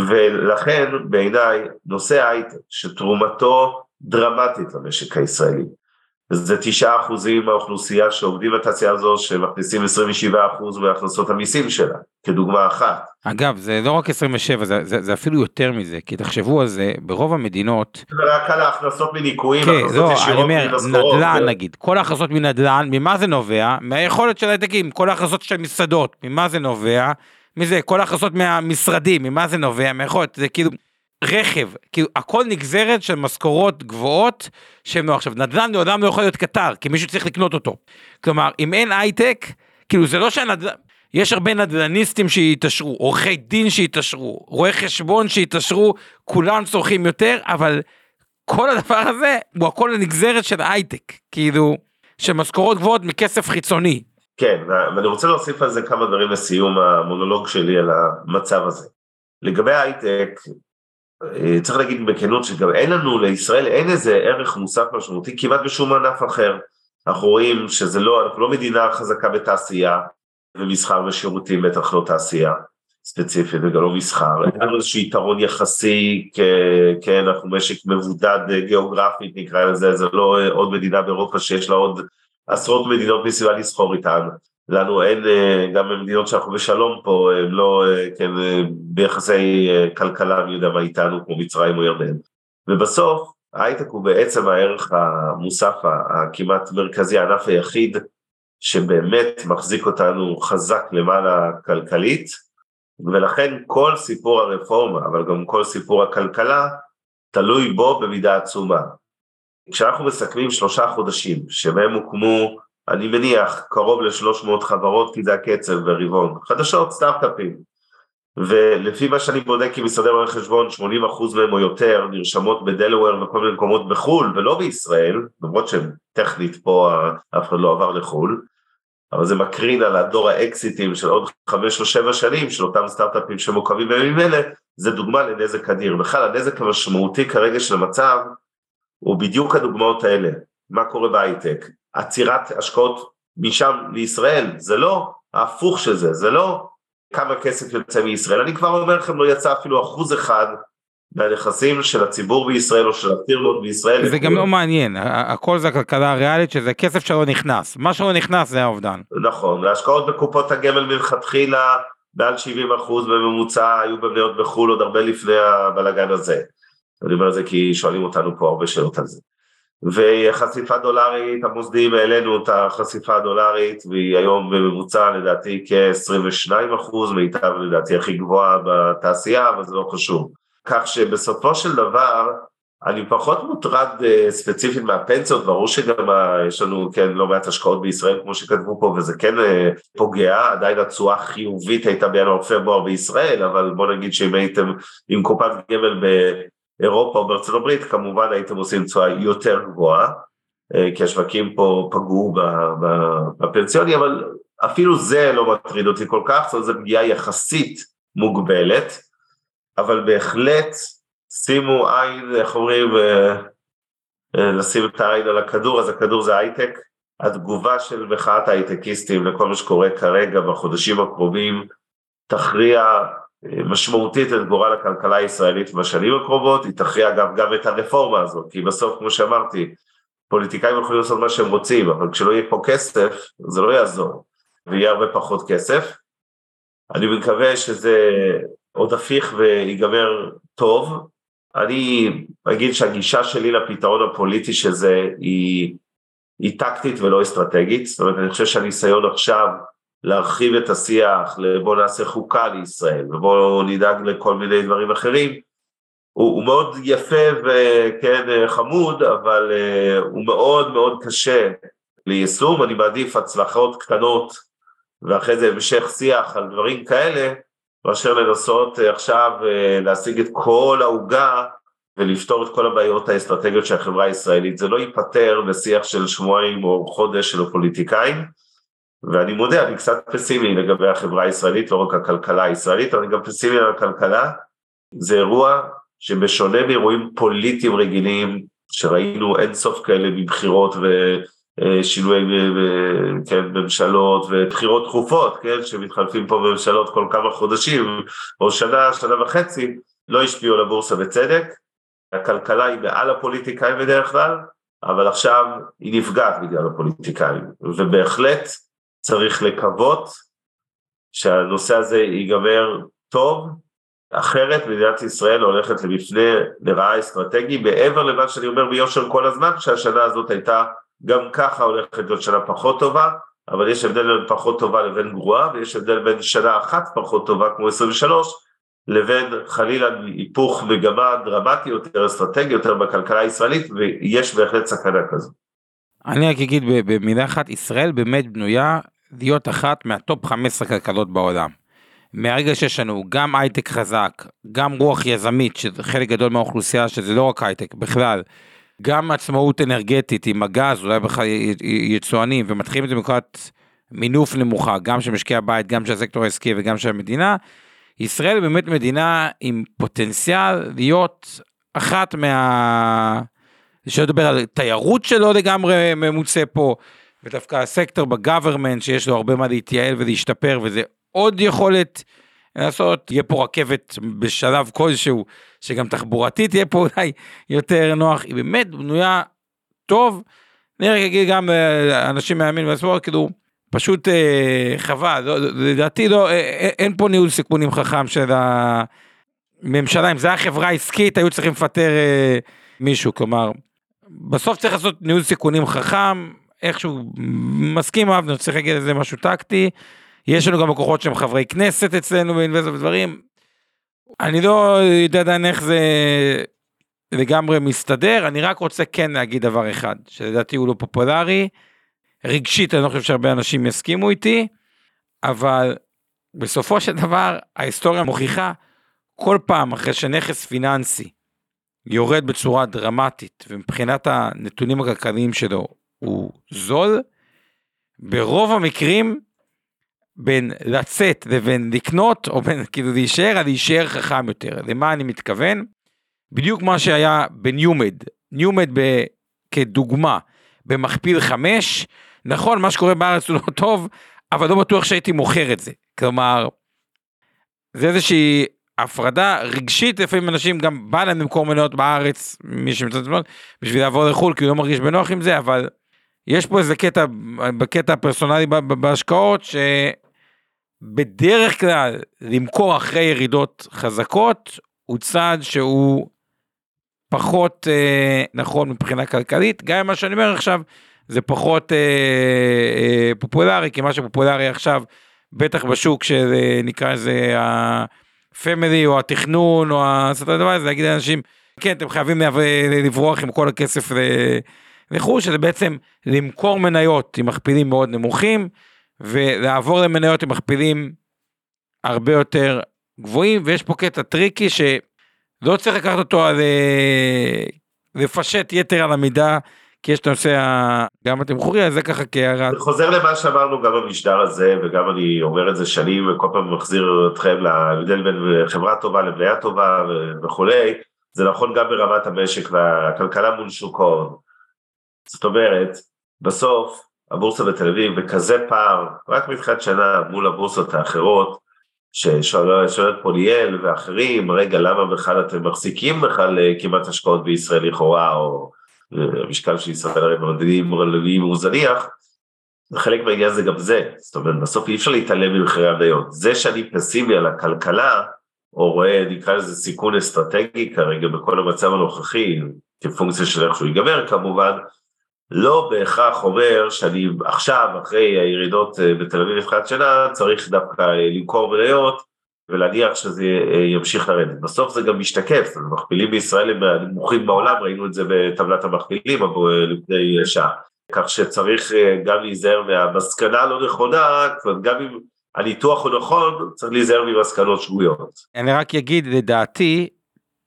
ולכן בעיניי נושא הייטק, שתרומתו דרמטית למשק הישראלי, זה תשעה אחוזים מהאוכלוסייה שעובדים בתעשייה הזו, שמכניסים עשרים ושבעה אחוז מהכנסות המיסים שלה, כדוגמה אחת. אגב, זה לא רק עשרים ושבע, זה, זה, זה אפילו יותר מזה, כי תחשבו על זה, ברוב המדינות... זה רק על ההכנסות מניקויים, כן, הכנסות לא, ישירות מנסקורות. נדל"ן נגיד, כל ההכנסות מנדל"ן, ממה זה נובע? מהיכולת של הייטקים, כל ההכנסות של מסעדות, ממה זה נובע? מזה, כל ההכנסות מהמשרדים, ממה זה נובע? מהיכולת, זה כאילו... רכב, כאילו הכל נגזרת של משכורות גבוהות, שהם עכשיו, נדל"ן לעולם לא יכול להיות קטר, כי מישהו צריך לקנות אותו. כלומר, אם אין הייטק, כאילו זה לא שהנדל"ן, יש הרבה נדל"ניסטים שיתשרו, עורכי דין שיתשרו, רואי חשבון שיתשרו, כולם צורכים יותר, אבל כל הדבר הזה, הוא הכל נגזרת של הייטק, כאילו, של משכורות גבוהות מכסף חיצוני. כן, ואני רוצה להוסיף על זה כמה דברים לסיום המונולוג שלי על המצב הזה. לגבי הייטק, צריך להגיד בכנות שגם אין לנו לישראל, אין איזה ערך מוסף משמעותי, כמעט בשום ענף אחר. אנחנו רואים שזה לא, אנחנו לא מדינה חזקה בתעשייה, ומסחר ושירותים בטח לא תעשייה ספציפית, וגם לא מסחר. אין לנו איזשהו יתרון יחסי, כן, אנחנו משק מבודד גיאוגרפית, נקרא לזה, זה לא עוד מדינה באירופה שיש לה עוד עשרות מדינות מסביבה לסחור איתן. לנו אין, גם במדינות שאנחנו בשלום פה, הם לא, כן, ביחסי כלכלה, אני יודע מה איתנו, כמו מצרים או ירדן. ובסוף, ההייטק הוא בעצם הערך המוסף, הכמעט מרכזי, הענף היחיד, שבאמת מחזיק אותנו חזק למעלה כלכלית, ולכן כל סיפור הרפורמה, אבל גם כל סיפור הכלכלה, תלוי בו במידה עצומה. כשאנחנו מסכמים שלושה חודשים, שבהם הוקמו, אני מניח, קרוב ל-שלוש מאות חברות, כי זה הקצב ברבעון, חדשות, סטארט-אפים, ולפי מה שאני בודק עם משרדי רואי חשבון, שמונים אחוז מהם או יותר נרשמות בדלוור וכל מיני מקומות בחול, ולא בישראל, למרות שהם טכנית פה, אף אחד לא עבר לחול, אבל זה מקרין על הדור האקסיטים של עוד חמש או שבע שנים, של אותם סטארט-אפים שמוקמים בימים אלה, זה דוגמה לנזק אדיר. בכלל, הנזק המשמעותי כרגע של המצב, הוא בדיוק הדוגמאות האלה. מה קורה בהייטק? עצירת השקעות משם לישראל, זה לא ההפוך של זה, זה לא כמה כסף יוצא מישראל. אני כבר אומר לכם, לא יצא אפילו אחוז אחד מהנכסים של הציבור בישראל או של הפירמות בישראל. זה גם לא מעניין, הכל זה הכלכלה הריאלית, שזה כסף שלא נכנס, מה שלא נכנס זה האובדן. נכון, והשקעות בקופות הגמל מלכתחילה, מעל שבעים אחוז בממוצע, היו במניות בחול עוד הרבה לפני הבלגן הזה. אני אומר זה כי שואלים אותנו פה הרבה שאלות על זה. וחשיפה דולרית, המוסדים העלינו את החשיפה הדולרית, והיא היום בממוצע לדעתי כ-עשרים ושניים אחוז, מיטב לדעתי הכי גבוהה בתעשייה, אבל זה לא חשוב. כך שבסופו של דבר, אני פחות מוטרד ספציפית מהפנסיות, ברור שגם יש לנו כן לא מעט השקעות בישראל, כמו שכתבו פה, וזה כן פוגע, עדיין התשואה חיובית הייתה בינואר פברואר בישראל, אבל בוא נגיד שאם הייתם עם קופת גמל באירופה או בארצות הברית, כמובן הייתם עושים תשואה יותר גבוהה, כי השווקים פה פגעו בפנסיוני, אבל אפילו זה לא מטריד אותי כל כך, זו פגיעה יחסית מוגבלת, אבל בהחלט שימו עין, איך אומרים, לשים את העין על הכדור, אז הכדור זה הייטק, התגובה של מחאת ההייטקיסטים לכל מה שקורה כרגע בחודשים הקרובים, תכריע משמעותית את גורל הכלכלה הישראלית בשנים הקרובות, היא תכריע גם, גם את הרפורמה הזאת, כי בסוף כמו שאמרתי, פוליטיקאים יכולים לעשות מה שהם רוצים, אבל כשלא יהיה פה כסף, זה לא יעזור, ויהיה הרבה פחות כסף, אני מקווה שזה עוד הפיך ויגמר טוב, אני אגיד שהגישה שלי לפתרון הפוליטי שזה היא, היא טקטית ולא אסטרטגית, זאת אומרת אני חושב שהניסיון עכשיו להרחיב את השיח, בוא נעשה חוקה לישראל, ובוא נדאג לכל מיני דברים אחרים, הוא, הוא מאוד יפה וכן חמוד, אבל uh, הוא מאוד מאוד קשה ליישום, אני מעדיף הצלחות קטנות, ואחרי זה המשך שיח על דברים כאלה, מאשר לנסות עכשיו להשיג את כל העוגה ולפתור את כל הבעיות האסטרטגיות של החברה הישראלית, זה לא ייפטר בשיח של שבועיים או חודש של הפוליטיקאים, ואני מודה, אני קצת פסימי לגבי החברה הישראלית, לא רק הכלכלה הישראלית, אבל אני גם פסימי על הכלכלה, זה אירוע שבשונה מאירועים פוליטיים רגילים, שראינו אין סוף כאלה מבחירות ושינויי כן, ממשלות ובחירות תכופות, כן, שמתחלפים פה בממשלות כל כמה חודשים, או שנה, שנה וחצי, לא השפיעו על הבורסה בצדק, הכלכלה היא מעל הפוליטיקאים בדרך כלל, אבל עכשיו היא נפגעת בגלל הפוליטיקאים, ובהחלט צריך לקוות שהנושא הזה ייגמר טוב, אחרת מדינת ישראל הולכת למפנה לרעה אסטרטגי, מעבר למה שאני אומר ביושר כל הזמן, שהשנה הזאת הייתה גם ככה הולכת להיות שנה פחות טובה, אבל יש הבדל בין פחות טובה לבין גרועה, ויש הבדל בין שנה אחת פחות טובה כמו עשרים ושלוש, לבין חלילה היפוך מגמה דרמטי יותר, אסטרטגי יותר בכלכלה הישראלית, ויש בהחלט סכנה כזו. אני רק אגיד במילה אחת, ישראל באמת בנויה להיות אחת מהטופ חמש עשרה כלכלות בעולם. מהרגע שיש לנו גם הייטק חזק, גם רוח יזמית, שזה חלק גדול מהאוכלוסייה, שזה לא רק הייטק בכלל, גם עצמאות אנרגטית עם הגז, אולי בכלל יצואנים, ומתחילים את זה מקורת מינוף נמוכה, גם של משקי הבית, גם של הסקטור העסקי וגם של המדינה, ישראל באמת מדינה עם פוטנציאל להיות אחת מה... אפשר לדבר על תיירות שלו לגמרי ממוצע פה, ודווקא הסקטור בגוברמנט שיש לו הרבה מה להתייעל ולהשתפר, וזה עוד יכולת לעשות, תהיה פה רכבת בשלב כלשהו, שגם תחבורתית תהיה פה אולי יותר נוח, היא באמת בנויה טוב, אני רק אגיד גם אנשים מהימין והספורט, כאילו, פשוט אה, חבל, לא, לדעתי לא, אה, אין פה ניהול סיכונים חכם של הממשלה, אם זה החברה העסקית, היו צריכים לפטר אה, מישהו, כלומר, בסוף צריך לעשות ניהול סיכונים חכם, איכשהו מסכים אהב, צריך להגיד לזה משהו טקטי, יש לנו גם לקוחות שהם חברי כנסת אצלנו באינבסטור ודברים, אני לא יודע עדיין איך זה לגמרי מסתדר, אני רק רוצה כן להגיד דבר אחד, שלדעתי הוא לא פופולרי, רגשית אני לא חושב שהרבה אנשים יסכימו איתי, אבל בסופו של דבר ההיסטוריה מוכיחה, כל פעם אחרי שנכס פיננסי יורד בצורה דרמטית, ומבחינת הנתונים הכלכליים שלו הוא זול, ברוב המקרים, בין לצאת לבין לקנות, או בין כאילו להישאר, להישאר חכם יותר. למה אני מתכוון? בדיוק מה שהיה בניומד, ניומד ב, כדוגמה, במכפיל חמש, נכון, מה שקורה בארץ הוא לא טוב, אבל לא בטוח שהייתי מוכר את זה. כלומר, זה איזושהי הפרדה רגשית, לפעמים אנשים גם בא להם למכור מניות בארץ, מי שמצא את זה, בשביל לעבור לחול, כי הוא לא מרגיש בנוח עם זה, אבל יש פה איזה קטע, בקטע הפרסונלי בהשקעות, שבדרך כלל למכור אחרי ירידות חזקות, הוא צעד שהוא פחות אה, נכון מבחינה כלכלית, גם מה שאני אומר עכשיו, זה פחות אה, אה, פופולרי, כי מה שפופולרי עכשיו, בטח בשוק שנקרא לזה הפמילי, או התכנון, או הסתר הדבר, זה להגיד לאנשים, כן, אתם חייבים לברוח עם כל הכסף לחוש, שזה בעצם למכור מניות עם מכפילים מאוד נמוכים, ולעבור למניות עם מכפילים הרבה יותר גבוהים, ויש פה קטע טריקי שלא צריך לקחת אותו על לפשט יתר על המידה, כי יש את הנושא גם התמחורי, אז זה ככה כהערה. חוזר למה שאמרנו גם במשדר הזה, וגם אני אומר את זה שנים, וכל פעם מחזיר אתכם להבדל בין חברה טובה לבנייה טובה וכולי, זה נכון גם ברמת המשק והכלכלה מול שוק ההון. זאת אומרת, בסוף הבורסה בתל אביב בכזה פער, רק מתחילת שנה מול הבורסות האחרות, ששואלת פה ליאל ואחרים, רגע למה בכלל אתם מחזיקים בכלל כמעט השקעות בישראל לכאורה, או המשקל של ישראל הרי מדדים רלויים הוא זניח, חלק מהעניין זה גם זה, זאת אומרת בסוף אי אפשר להתעלם ממחירי המניות, זה שאני פסימי על הכלכלה, או רואה נקרא לזה סיכון אסטרטגי כרגע בכל המצב הנוכחי, כפונקציה של איך שהוא ייגמר כמובן, לא בהכרח אומר שאני עכשיו אחרי הירידות בתל אביב לפחת שנה, צריך דווקא למכור מניות, ולהניח שזה ימשיך לרדת. בסוף זה גם משתקף, המכפילים בישראל הם הנמוכים בעולם, ראינו את זה בטבלת המכפילים לפני שעה, כך שצריך גם להיזהר מהמסקנה לא נכונה, גם אם הניתוח הוא נכון, צריך להיזהר ממסקנות שגויות. אני רק אגיד, לדעתי,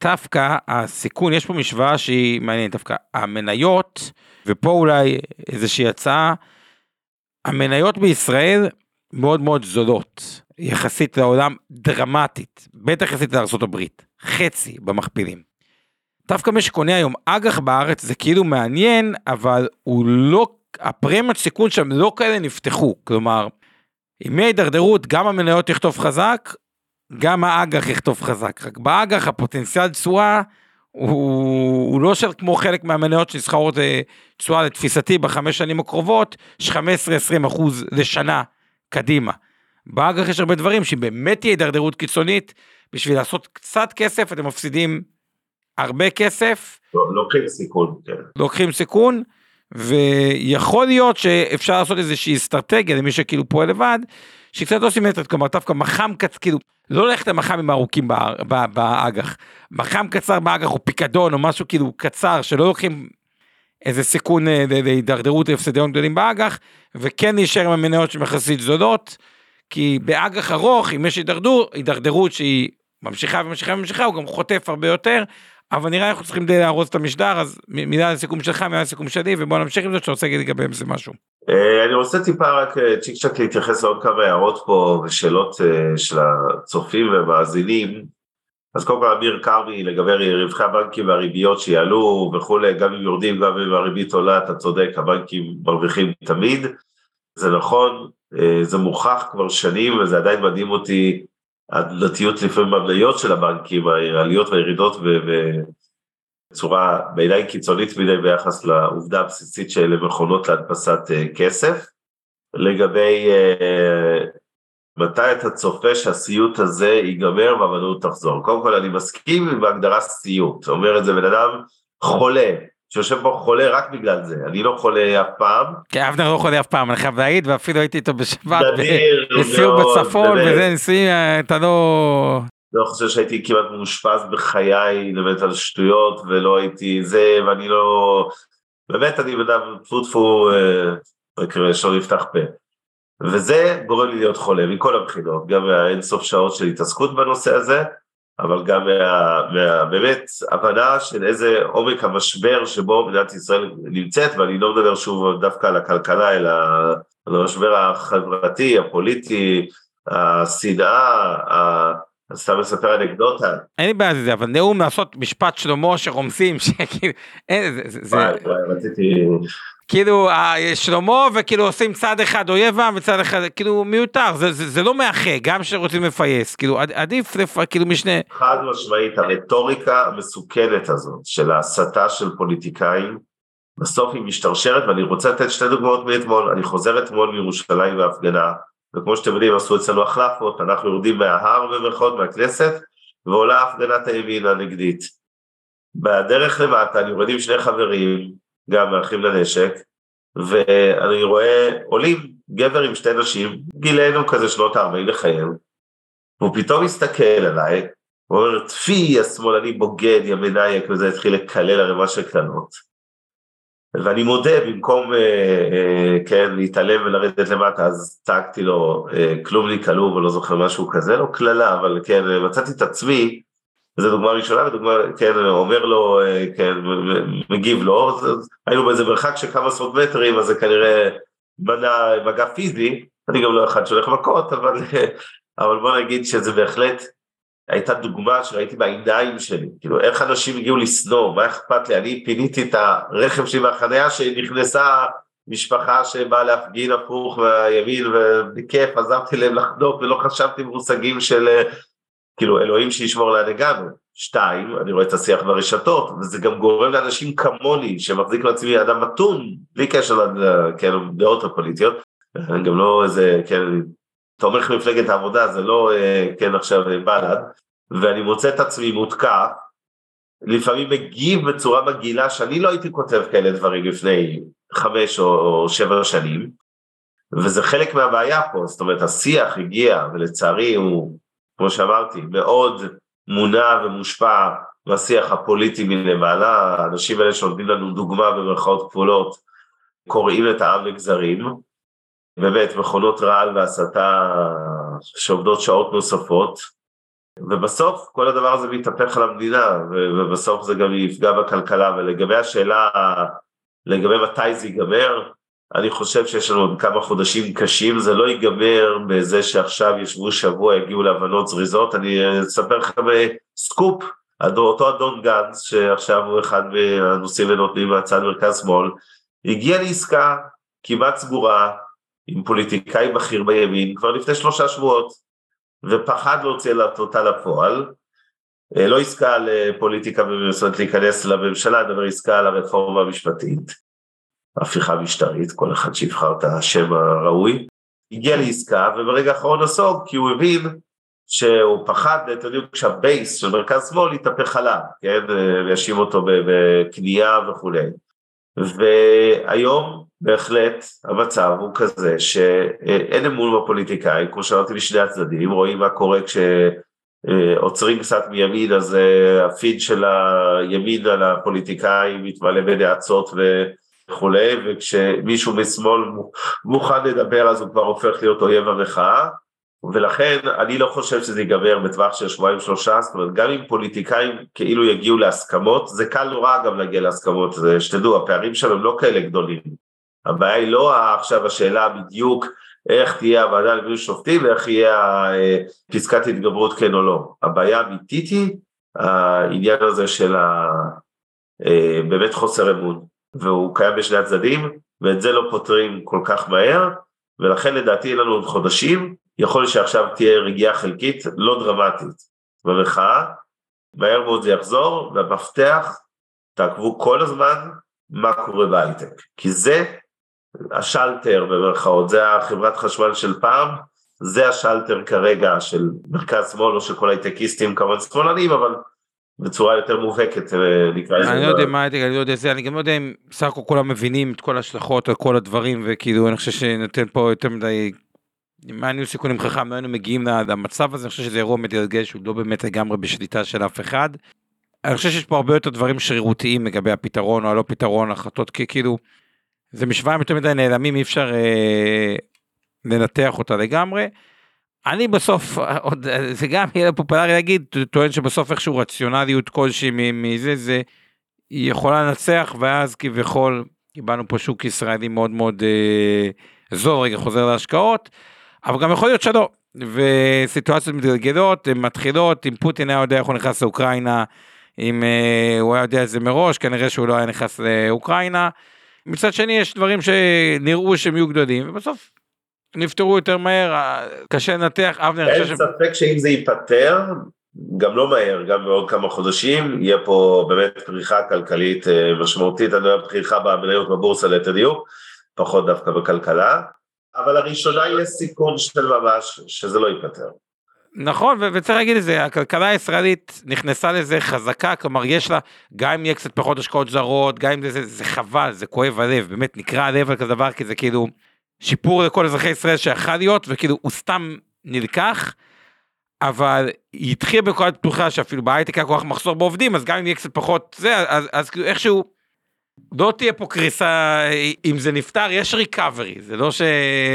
דווקא הסיכון, יש פה משוואה שהיא מעניינת, דווקא המניות, ופה אולי איזושהי הצעה, המניות בישראל מאוד מאוד זולות, יחסית לעולם דרמטית, בטח יחסית לארצות הברית, חצי במכפילים. דווקא מי שקונה היום אג"ח בארץ זה כאילו מעניין, אבל הוא לא, הפרמיות סיכון שם לא כאלה נפתחו, כלומר, אם יהיה הידרדרות, גם המניות יכתוב חזק, גם האג"ח יכתוב חזק, רק באג"ח הפוטנציאל תשואה, הוא, הוא לא של כמו חלק מהמניות שנסחרות תשואה לתפיסתי בחמש שנים הקרובות, ש-חמש עשרה עשרים אחוז לשנה קדימה. באג"ח יש הרבה דברים שבאמת תהיה הידרדרות קיצונית, בשביל לעשות קצת כסף, אתם מפסידים הרבה כסף. לוקחים סיכון, כן. לוקחים סיכון, ויכול להיות שאפשר לעשות איזושהי אסטרטגיה, למי שכאילו פועל לבד, שקצת לא סימטרית, כלומר, דווקא מחם קצר, כאילו, לא ללכת למחמים הארוכים באג"ח, מחם קצר באג"ח או פיקדון, או משהו כאילו קצר, שלא לוקחים איזה סיכון להידרדרות להפסדיון גדולים באג"ח, וכן להישאר עם המניות שמחסית זולות, כי באג"ח ארוך, אם יש הידרדרות שהיא ממשיכה וממשיכה וממשיכה, הוא גם חוטף הרבה יותר, אבל נראה אנחנו צריכים די להרוס את המשדר, אז מילה לסיכום שלך, מילה לסיכום שלי, ובואו נמשיך עם זה, שאתה רוצה להגיד לגבי זה משהו. אני רוצה טיפה רק צ'יק צ'ק להתייחס לעוד כמה הערות פה, ושאלות של הצופים ומאזינים. אז קודם כל אמיר קרמי, לגבי רווחי הבנקים והריביות שיעלו וכולי, גם אם יורדים, גם אם הריבית עולה, אתה צודק, הבנקים מרוויחים תמיד, זה נכון, זה מוכח כבר שנים, וזה עדיין מדהים אותי, הדלתיות לפעמים במניות של הבנקים, העליות והירידות בצורה בעיניי קיצונית מדי ביחס לעובדה הבסיסית של מכונות להדפסת כסף. לגבי מתי אתה צופה שהסיוט הזה ייגמר והוודאות תחזור. קודם כל אני מסכים עם ההגדרה סיוט, אומר את זה בן אדם חולה, שיושב פה חולה רק בגלל זה, אני לא חולה אף פעם. כן, אבנר לא חולה אף פעם, אני חייב להעיד, ואפילו הייתי איתו בשבת, בסיור בצפון, וזה ניסוי, אתה לא... לא חושב שהייתי כמעט מאושפז בחיי, באמת על שטויות, ולא הייתי זה, ואני לא... באמת אני בדם טפו טפו, שלא נפתח פה. וזה גורם לי להיות חולה, מכל הבחינות, גם מהאינסוף שעות של התעסקות בנושא הזה, אבל גם מה, מה, באמת הבנה של איזה עומק המשבר שבו מדינת ישראל נמצאת, ואני לא מדבר שוב דווקא על הכלכלה, אלא על המשבר החברתי, הפוליטי, השנאה, אז סתם מספר אנקדוטה. אין לי בעיה זה, אבל נאום לעשות משפט שלמה שרומסים, שכאילו, אין, זה, זה, וואי, וואי, רציתי... כאילו, שלמה וכאילו עושים צד אחד אויבם וצד אחד, כאילו מיותר, זה, זה, זה לא מאחה, גם שרוצים לפייס, כאילו עדיף, כאילו משנה. חד משמעית, הרטוריקה המסוכנת הזאת, של ההסתה של פוליטיקאים, בסוף היא משתרשרת, ואני רוצה לתת שתי דוגמאות מאתמול, אני חוזר אתמול מירושלים בהפגנה, וכמו שאתם יודעים, עשו אצלנו החלפות, אנחנו יורדים מההר במרכאות מהכנסת, ועולה הפגנת הימין הנגדית. בדרך למטה, אני יורדים שני חברים, גם מאחים לנשק, ואני רואה עולים גבר עם שתי נשים, גילנו כזה שנות ה-ארבעים לחיים, והוא פתאום מסתכל עליי, הוא אומר, תפי, השמאלני בוגד, ימנאייק, וזה התחיל לקלל הרמה של קלנות. ואני מודה, במקום, אה, אה, כן, להתעלם ולרדת למטה, אז צעקתי לו, אה, כלום לי כלום, ולא זוכר משהו כזה, לא כללה, אבל כן, מצאתי את עצמי, וזו דוגמה ראשונה, ודוגמה, כן, אומר לו, כן, מגיב לו, היינו באיזה מרחק של כמה עשרות מטרים, אז זה כנראה מנע מגע פיזי, אני גם לא אחד שהולך מכות, אבל, אבל בוא נגיד שזה בהחלט, הייתה דוגמה שראיתי בעיניים שלי, כאילו, איך אנשים הגיעו לסנור, מה אכפת לי, אני פיניתי את הרכב שלי מהחניה, שנכנסה משפחה שבאה להפגין הפוך מהימין, ובכיף, עזרתי להם לחדוק, ולא חשבתי מושגים של... כאילו אלוהים שישמור לאן הגענו. שתיים, אני רואה את השיח ברשתות, וזה גם גורם לאנשים כמוני, שמחזיק לעצמי אדם מתון, בלי קשר לדעות הפוליטיות, אני גם לא איזה, כן, תומך מפלגת העבודה, זה לא, כן, עכשיו בלד, ואני מוצא את עצמי מותקף, לפעמים מגיב בצורה מגעילה, שאני לא הייתי כותב כאלה דברים לפני חמש או שבע שנים, וזה חלק מהבעיה פה, זאת אומרת, השיח הגיע, ולצערי הוא, כמו שאמרתי, מאוד מונע ומושפע מהשיח הפוליטי מלמעלה, האנשים האלה שנותנים לנו דוגמה במרכאות כפולות, קוראים את העם לגזרים, באמת מכונות רעל והסתה שעובדות שעות נוספות, ובסוף כל הדבר הזה מתהפך על המדינה, ובסוף זה גם יפגע בכלכלה, ולגבי השאלה, לגבי מתי זה ייגמר, אני חושב שיש לנו עוד כמה חודשים קשים, זה לא ייגמר בזה שעכשיו ישבו שבוע, יגיעו להבנות זריזות, אני אספר לכם סקופ, אותו אדון גנץ, שעכשיו הוא אחד מהנושאים ונותנים מהצד מרכז שמאל, הגיע לעסקה כמעט סגורה, עם פוליטיקאי בכיר בימין, כבר לפני שלושה שבועות, ופחד להוציא אותה לפועל, לא עסקה לפוליטיקה ומנסות להיכנס לממשלה, דבר עסקה על הרפורמה המשפטית, הפיכה משטרית, כל אחד שיבחר את השם הראוי, הגיע לעסקה, וברגע האחרון נסוג, כי הוא הבין שהוא פחד, אתם יודעים, כשהבייס של מרכז שמאל יתהפך עליו, כן, וישים אותו בקנייה וכו'. והיום בהחלט המצב הוא כזה שאין אמון בפוליטיקאים, כמו שאמרתי בשני הצדדים, רואים מה קורה כשעוצרים קצת מימין, אז הפיד של הימין על הפוליטיקאים מתמלא בנאצות וכו', וכשמישהו משמאל מוכן לדבר אז הוא כבר הופך להיות אויב המחאה, ולכן אני לא חושב שזה ייגמר בטווח של שבועיים שלושה, זאת אומרת, גם אם פוליטיקאים כאילו יגיעו להסכמות, זה קל נורא גם להגיע להסכמות, שתדעו, הפערים שם הם לא כאלה גדולים, הבעיה היא לא עכשיו השאלה בדיוק איך תהיה הוועדה למינוי שופטים, ואיך יהיה פסקת התגברות כן או לא, הבעיה האמיתית היא העניין הזה של באמת חוסר אמון, והוא קיים בשני הצדדים, ואת זה לא פותרים כל כך מהר, ולכן לדעתי אין לנו עוד חודשים, יכול להיות שעכשיו תהיה רגיעה חלקית, לא דרמטית, במחאה, מהר מאוד זה יחזור, והמפתח, תעקבו כל הזמן מה קורה בהייטק, כי זה השלטר במרכאות, זה החברת חשמל של פעם, זה השלטר כרגע של מרכז שמאל, או של כל הייטקיסטים כמובן שמאלנים, אבל בצורה יותר מובהקת, נקרא לזה. אני לא יודע מה הייטק, אני לא יודע זה, אני גם לא יודע אם סך הכל כולם מבינים את כל ההשלכות על כל הדברים, וכאילו אני חושב שנותן פה יותר מדי, מה אני עושה סיכונים חכם, לא היינו מגיעים למצב הזה, אני חושב שזה אירוע מתגלגל שהוא לא באמת לגמרי בשליטה של אף אחד, אני חושב שיש פה הרבה יותר דברים שרירותיים לגבי הפתרון או הלא פתרון, החלטות, כי כאילו, זה משוואה יותר מדי נעלמים, אי אפשר אה, לנתח אותה לגמרי, אני בסוף, עוד, זה גם יהיה פופולרי להגיד, טוען שבסוף איכשהו רציונליות כלשהי מזה, זה יכולה לנצח, ואז כביכול, קיבלנו פה שוק ישראלי מאוד מאוד אה, זול, רגע חוזר להשקעות, אבל גם יכול להיות שלא, וסיטואציות מתגלגלות, הן מתחילות, אם פוטין היה יודע איך הוא נכנס לאוקראינה, אם אה, הוא היה יודע את זה מראש, כנראה שהוא לא היה נכנס לאוקראינה, מצד שני יש דברים שנראו שהם יהיו גדולים, ובסוף נפתרו יותר מהר, קשה לנתח, אבנר. אין ספק שאם זה ייפטר, גם לא מהר, גם בעוד כמה חודשים, יהיה פה באמת פריחה כלכלית משמעותית, אני אוהב פריחה במניות בבורסה לתדיוק, פחות דווקא בכלכלה, אבל הראשונה יהיה סיכון של ממש, שזה לא ייפטר. נכון, וצריך להגיד את זה, הכלכלה הישראלית נכנסה לזה חזקה, כלומר יש לה, גם אם יהיה קצת פחות השקעות זרות, גם אם זה, זה חבל, זה כואב הלב, באמת נקרא הלב על כזה דבר, כי זה כאילו שיפור לכל אזרחי ישראל שיכל להיות, וכאילו הוא סתם נלקח, אבל היא התחילה בכל פתוחה, שאפילו בהייטק היה כל כך מחסור בעובדים, אז גם אם יהיה קצת פחות זה, אז, אז כאילו איכשהו, לא תהיה פה קריסה, אם זה נפטר, יש ריקאברי, זה לא ש...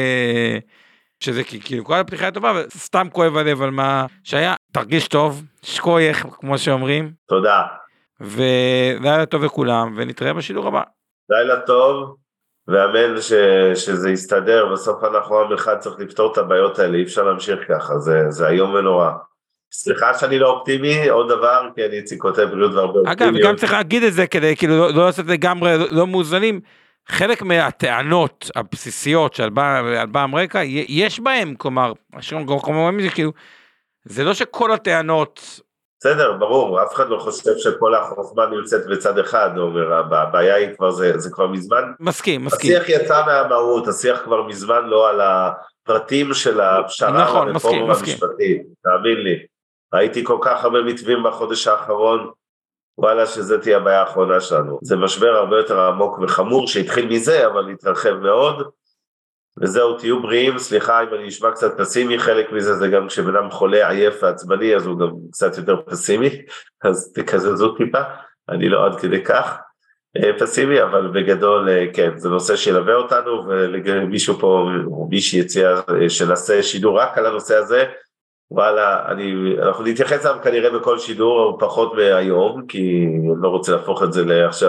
שזה כאילו כל הפתיחה טובה, וסתם כואב הלב על מה שהיה, תרגיש טוב, שקוייך, כמו שאומרים. תודה. ולילה טוב לכולם, ונתראה בשידור הבא. לילה טוב, ואמן ש, שזה יסתדר, בסוף אנחנו עם אחד צריך לפתור את הבעיות האלה, אי אפשר להמשיך ככה, זה, זה היום ונורא. סליחה שאני לא אופטימי, עוד דבר, כי אני אציא כותב בריאות והרבה אופטימיות. אגב, גם צריך להגיד את זה, כדי כאילו לא, לא לעשות לגמרי, לא מאוזנים, חלק מהטענות הבסיסיות של אלבה אמריקה, יש בהם, כלומר, כאילו, זה לא שכל הטענות... בסדר, ברור, אף אחד לא חושב שכל החוכמה נמצאת בצד אחד, אומר, הבעיה היא כבר, זה, זה כבר מזמן... מסכים, מסכים. השיח יצא מהמהות, השיח כבר מזמן לא על הפרטים של הפשרה, נכון, מסכים, מסכים. תאמין לי, ראיתי כל כך הרבה מתווים בחודש האחרון, וואלה שזה תהיה הבעיה האחרונה שלנו, זה משבר הרבה יותר עמוק וחמור שהתחיל מזה, אבל התרחב מאוד, וזהו, תהיו בריאים, סליחה אם אני נשמע קצת פסימי, חלק מזה זה גם כשבנם חולה עייף ועצבני, אז הוא גם קצת יותר פסימי, אז תקזזו טיפה, אני לא עד כדי כך פסימי, אבל בגדול כן, זה נושא שילווה אותנו, ומישהו פה, או מישהי יציע שנעשה שידור רק על הנושא הזה, וואלה, אני, אנחנו נתייחס עליו כנראה בכל שידור, או פחות מהיום, כי אני לא רוצה להפוך את זה לעכשיו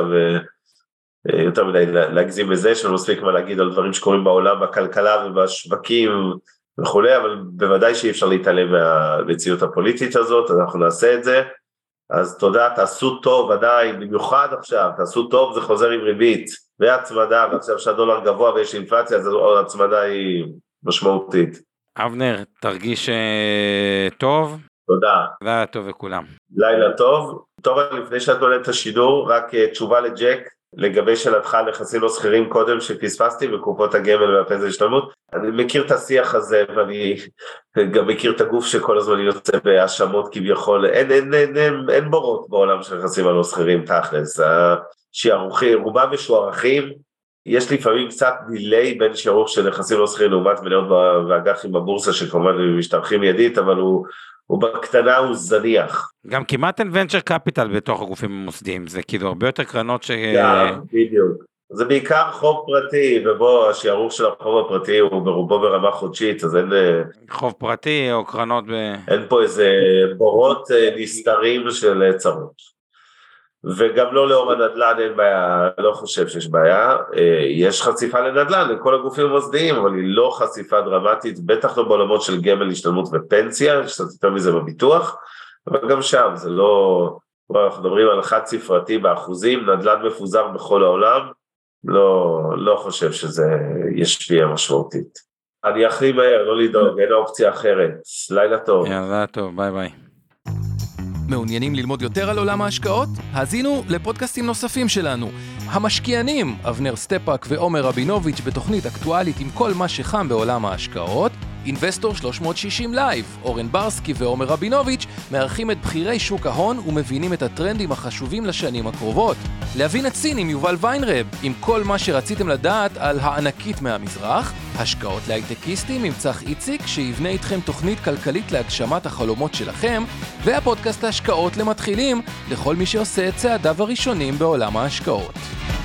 יותר מדי להגזים בזה, שאני מספיק מה להגיד על דברים שקורים בעולם, בכלכלה ובשווקים וכו', אבל בוודאי שאי אפשר להתעלם מהמציאות הפוליטית הזאת, אנחנו נעשה את זה. אז תודה, תעשו טוב עדיין, במיוחד עכשיו, תעשו טוב, זה חוזר עם ריבית והצמדה, ועכשיו שהדולר גבוה ויש אינפלציה, אז הצמדה היא משמעותית. אבנר, תרגיש טוב. תודה. לילה טוב לכולם. לילה טוב. טוב, לפני שאת נולדת את השידור, רק תשובה לג'ק, לגבי שאלתך לחסים לא שכירים קודם שפספסתי בקופות הגמל והפנסיה השתלמות. אני מכיר את השיח הזה, ואני גם מכיר את הגוף שכל הזמן יוצא בהאשמות כביכול. אין, אין, אין, אין, אין בורות בעולם של חסים הלא שכירים תכלס. שיערוכים, רובם משוערכים, יש לפעמים קצת דילי בין שיערוך של נכסים לא שכירים לעומת מניות ואג"חים בבורסה, שכמובן משתרכים ידית, אבל הוא, הוא בקטנה, הוא זניח. גם כמעט אין ונצ'ר קפיטל בתוך הגופים המוסדיים, זה כאילו הרבה יותר קרנות ש... גם, בדיוק. זה בעיקר חוב פרטי, ובו השיערוך של החוב הפרטי הוא ברובו ברמה חודשית, אז אין... חוב פרטי או קרנות ב... אין פה איזה בורות נסתרים של צרות. וגם לא לאור הנדל"ן אין בעיה, לא חושב שיש בעיה, יש חשיפה לנדל"ן לכל הגופים המוסדיים, אבל היא לא חשיפה דרמטית, בטח לא בעולמות של גמל, השתלמות ופנסיה, יש קצת יותר מזה בביטוח, אבל גם שם זה לא, אנחנו מדברים על חד ספרתי באחוזים, נדל"ן מפוזר בכל העולם, לא, לא חושב שזה ישפיע משמעותית. אני הכי מהר, לא לדאוג, אין אופציה אחרת, לילה טוב. יאללה טוב, ביי ביי. מעוניינים ללמוד יותר על עולם ההשקעות? האזינו לפודקאסטים נוספים שלנו. המשקיענים, אבנר סטפאק ועומר רבינוביץ' בתוכנית אקטואלית עם כל מה שחם בעולם ההשקעות. אינבסטור שלוש מאות שישים לייב, אורן ברסקי ועומר רבינוביץ' מארחים את בחירי שוק ההון ומבינים את הטרנדים החשובים לשנים הקרובות. להבין את סין עם יובל ויינרב, עם כל מה שרציתם לדעת על הענקית מהמזרח. השקעות להייטקיסטים עם צח איציק, שיבנה איתכם תוכנית כלכלית להגשמת החלומות שלכם. והפודקאסט ההשקעות למתחילים, לכל מי שעושה את צעדיו הראשונים בעולם ההשקעות.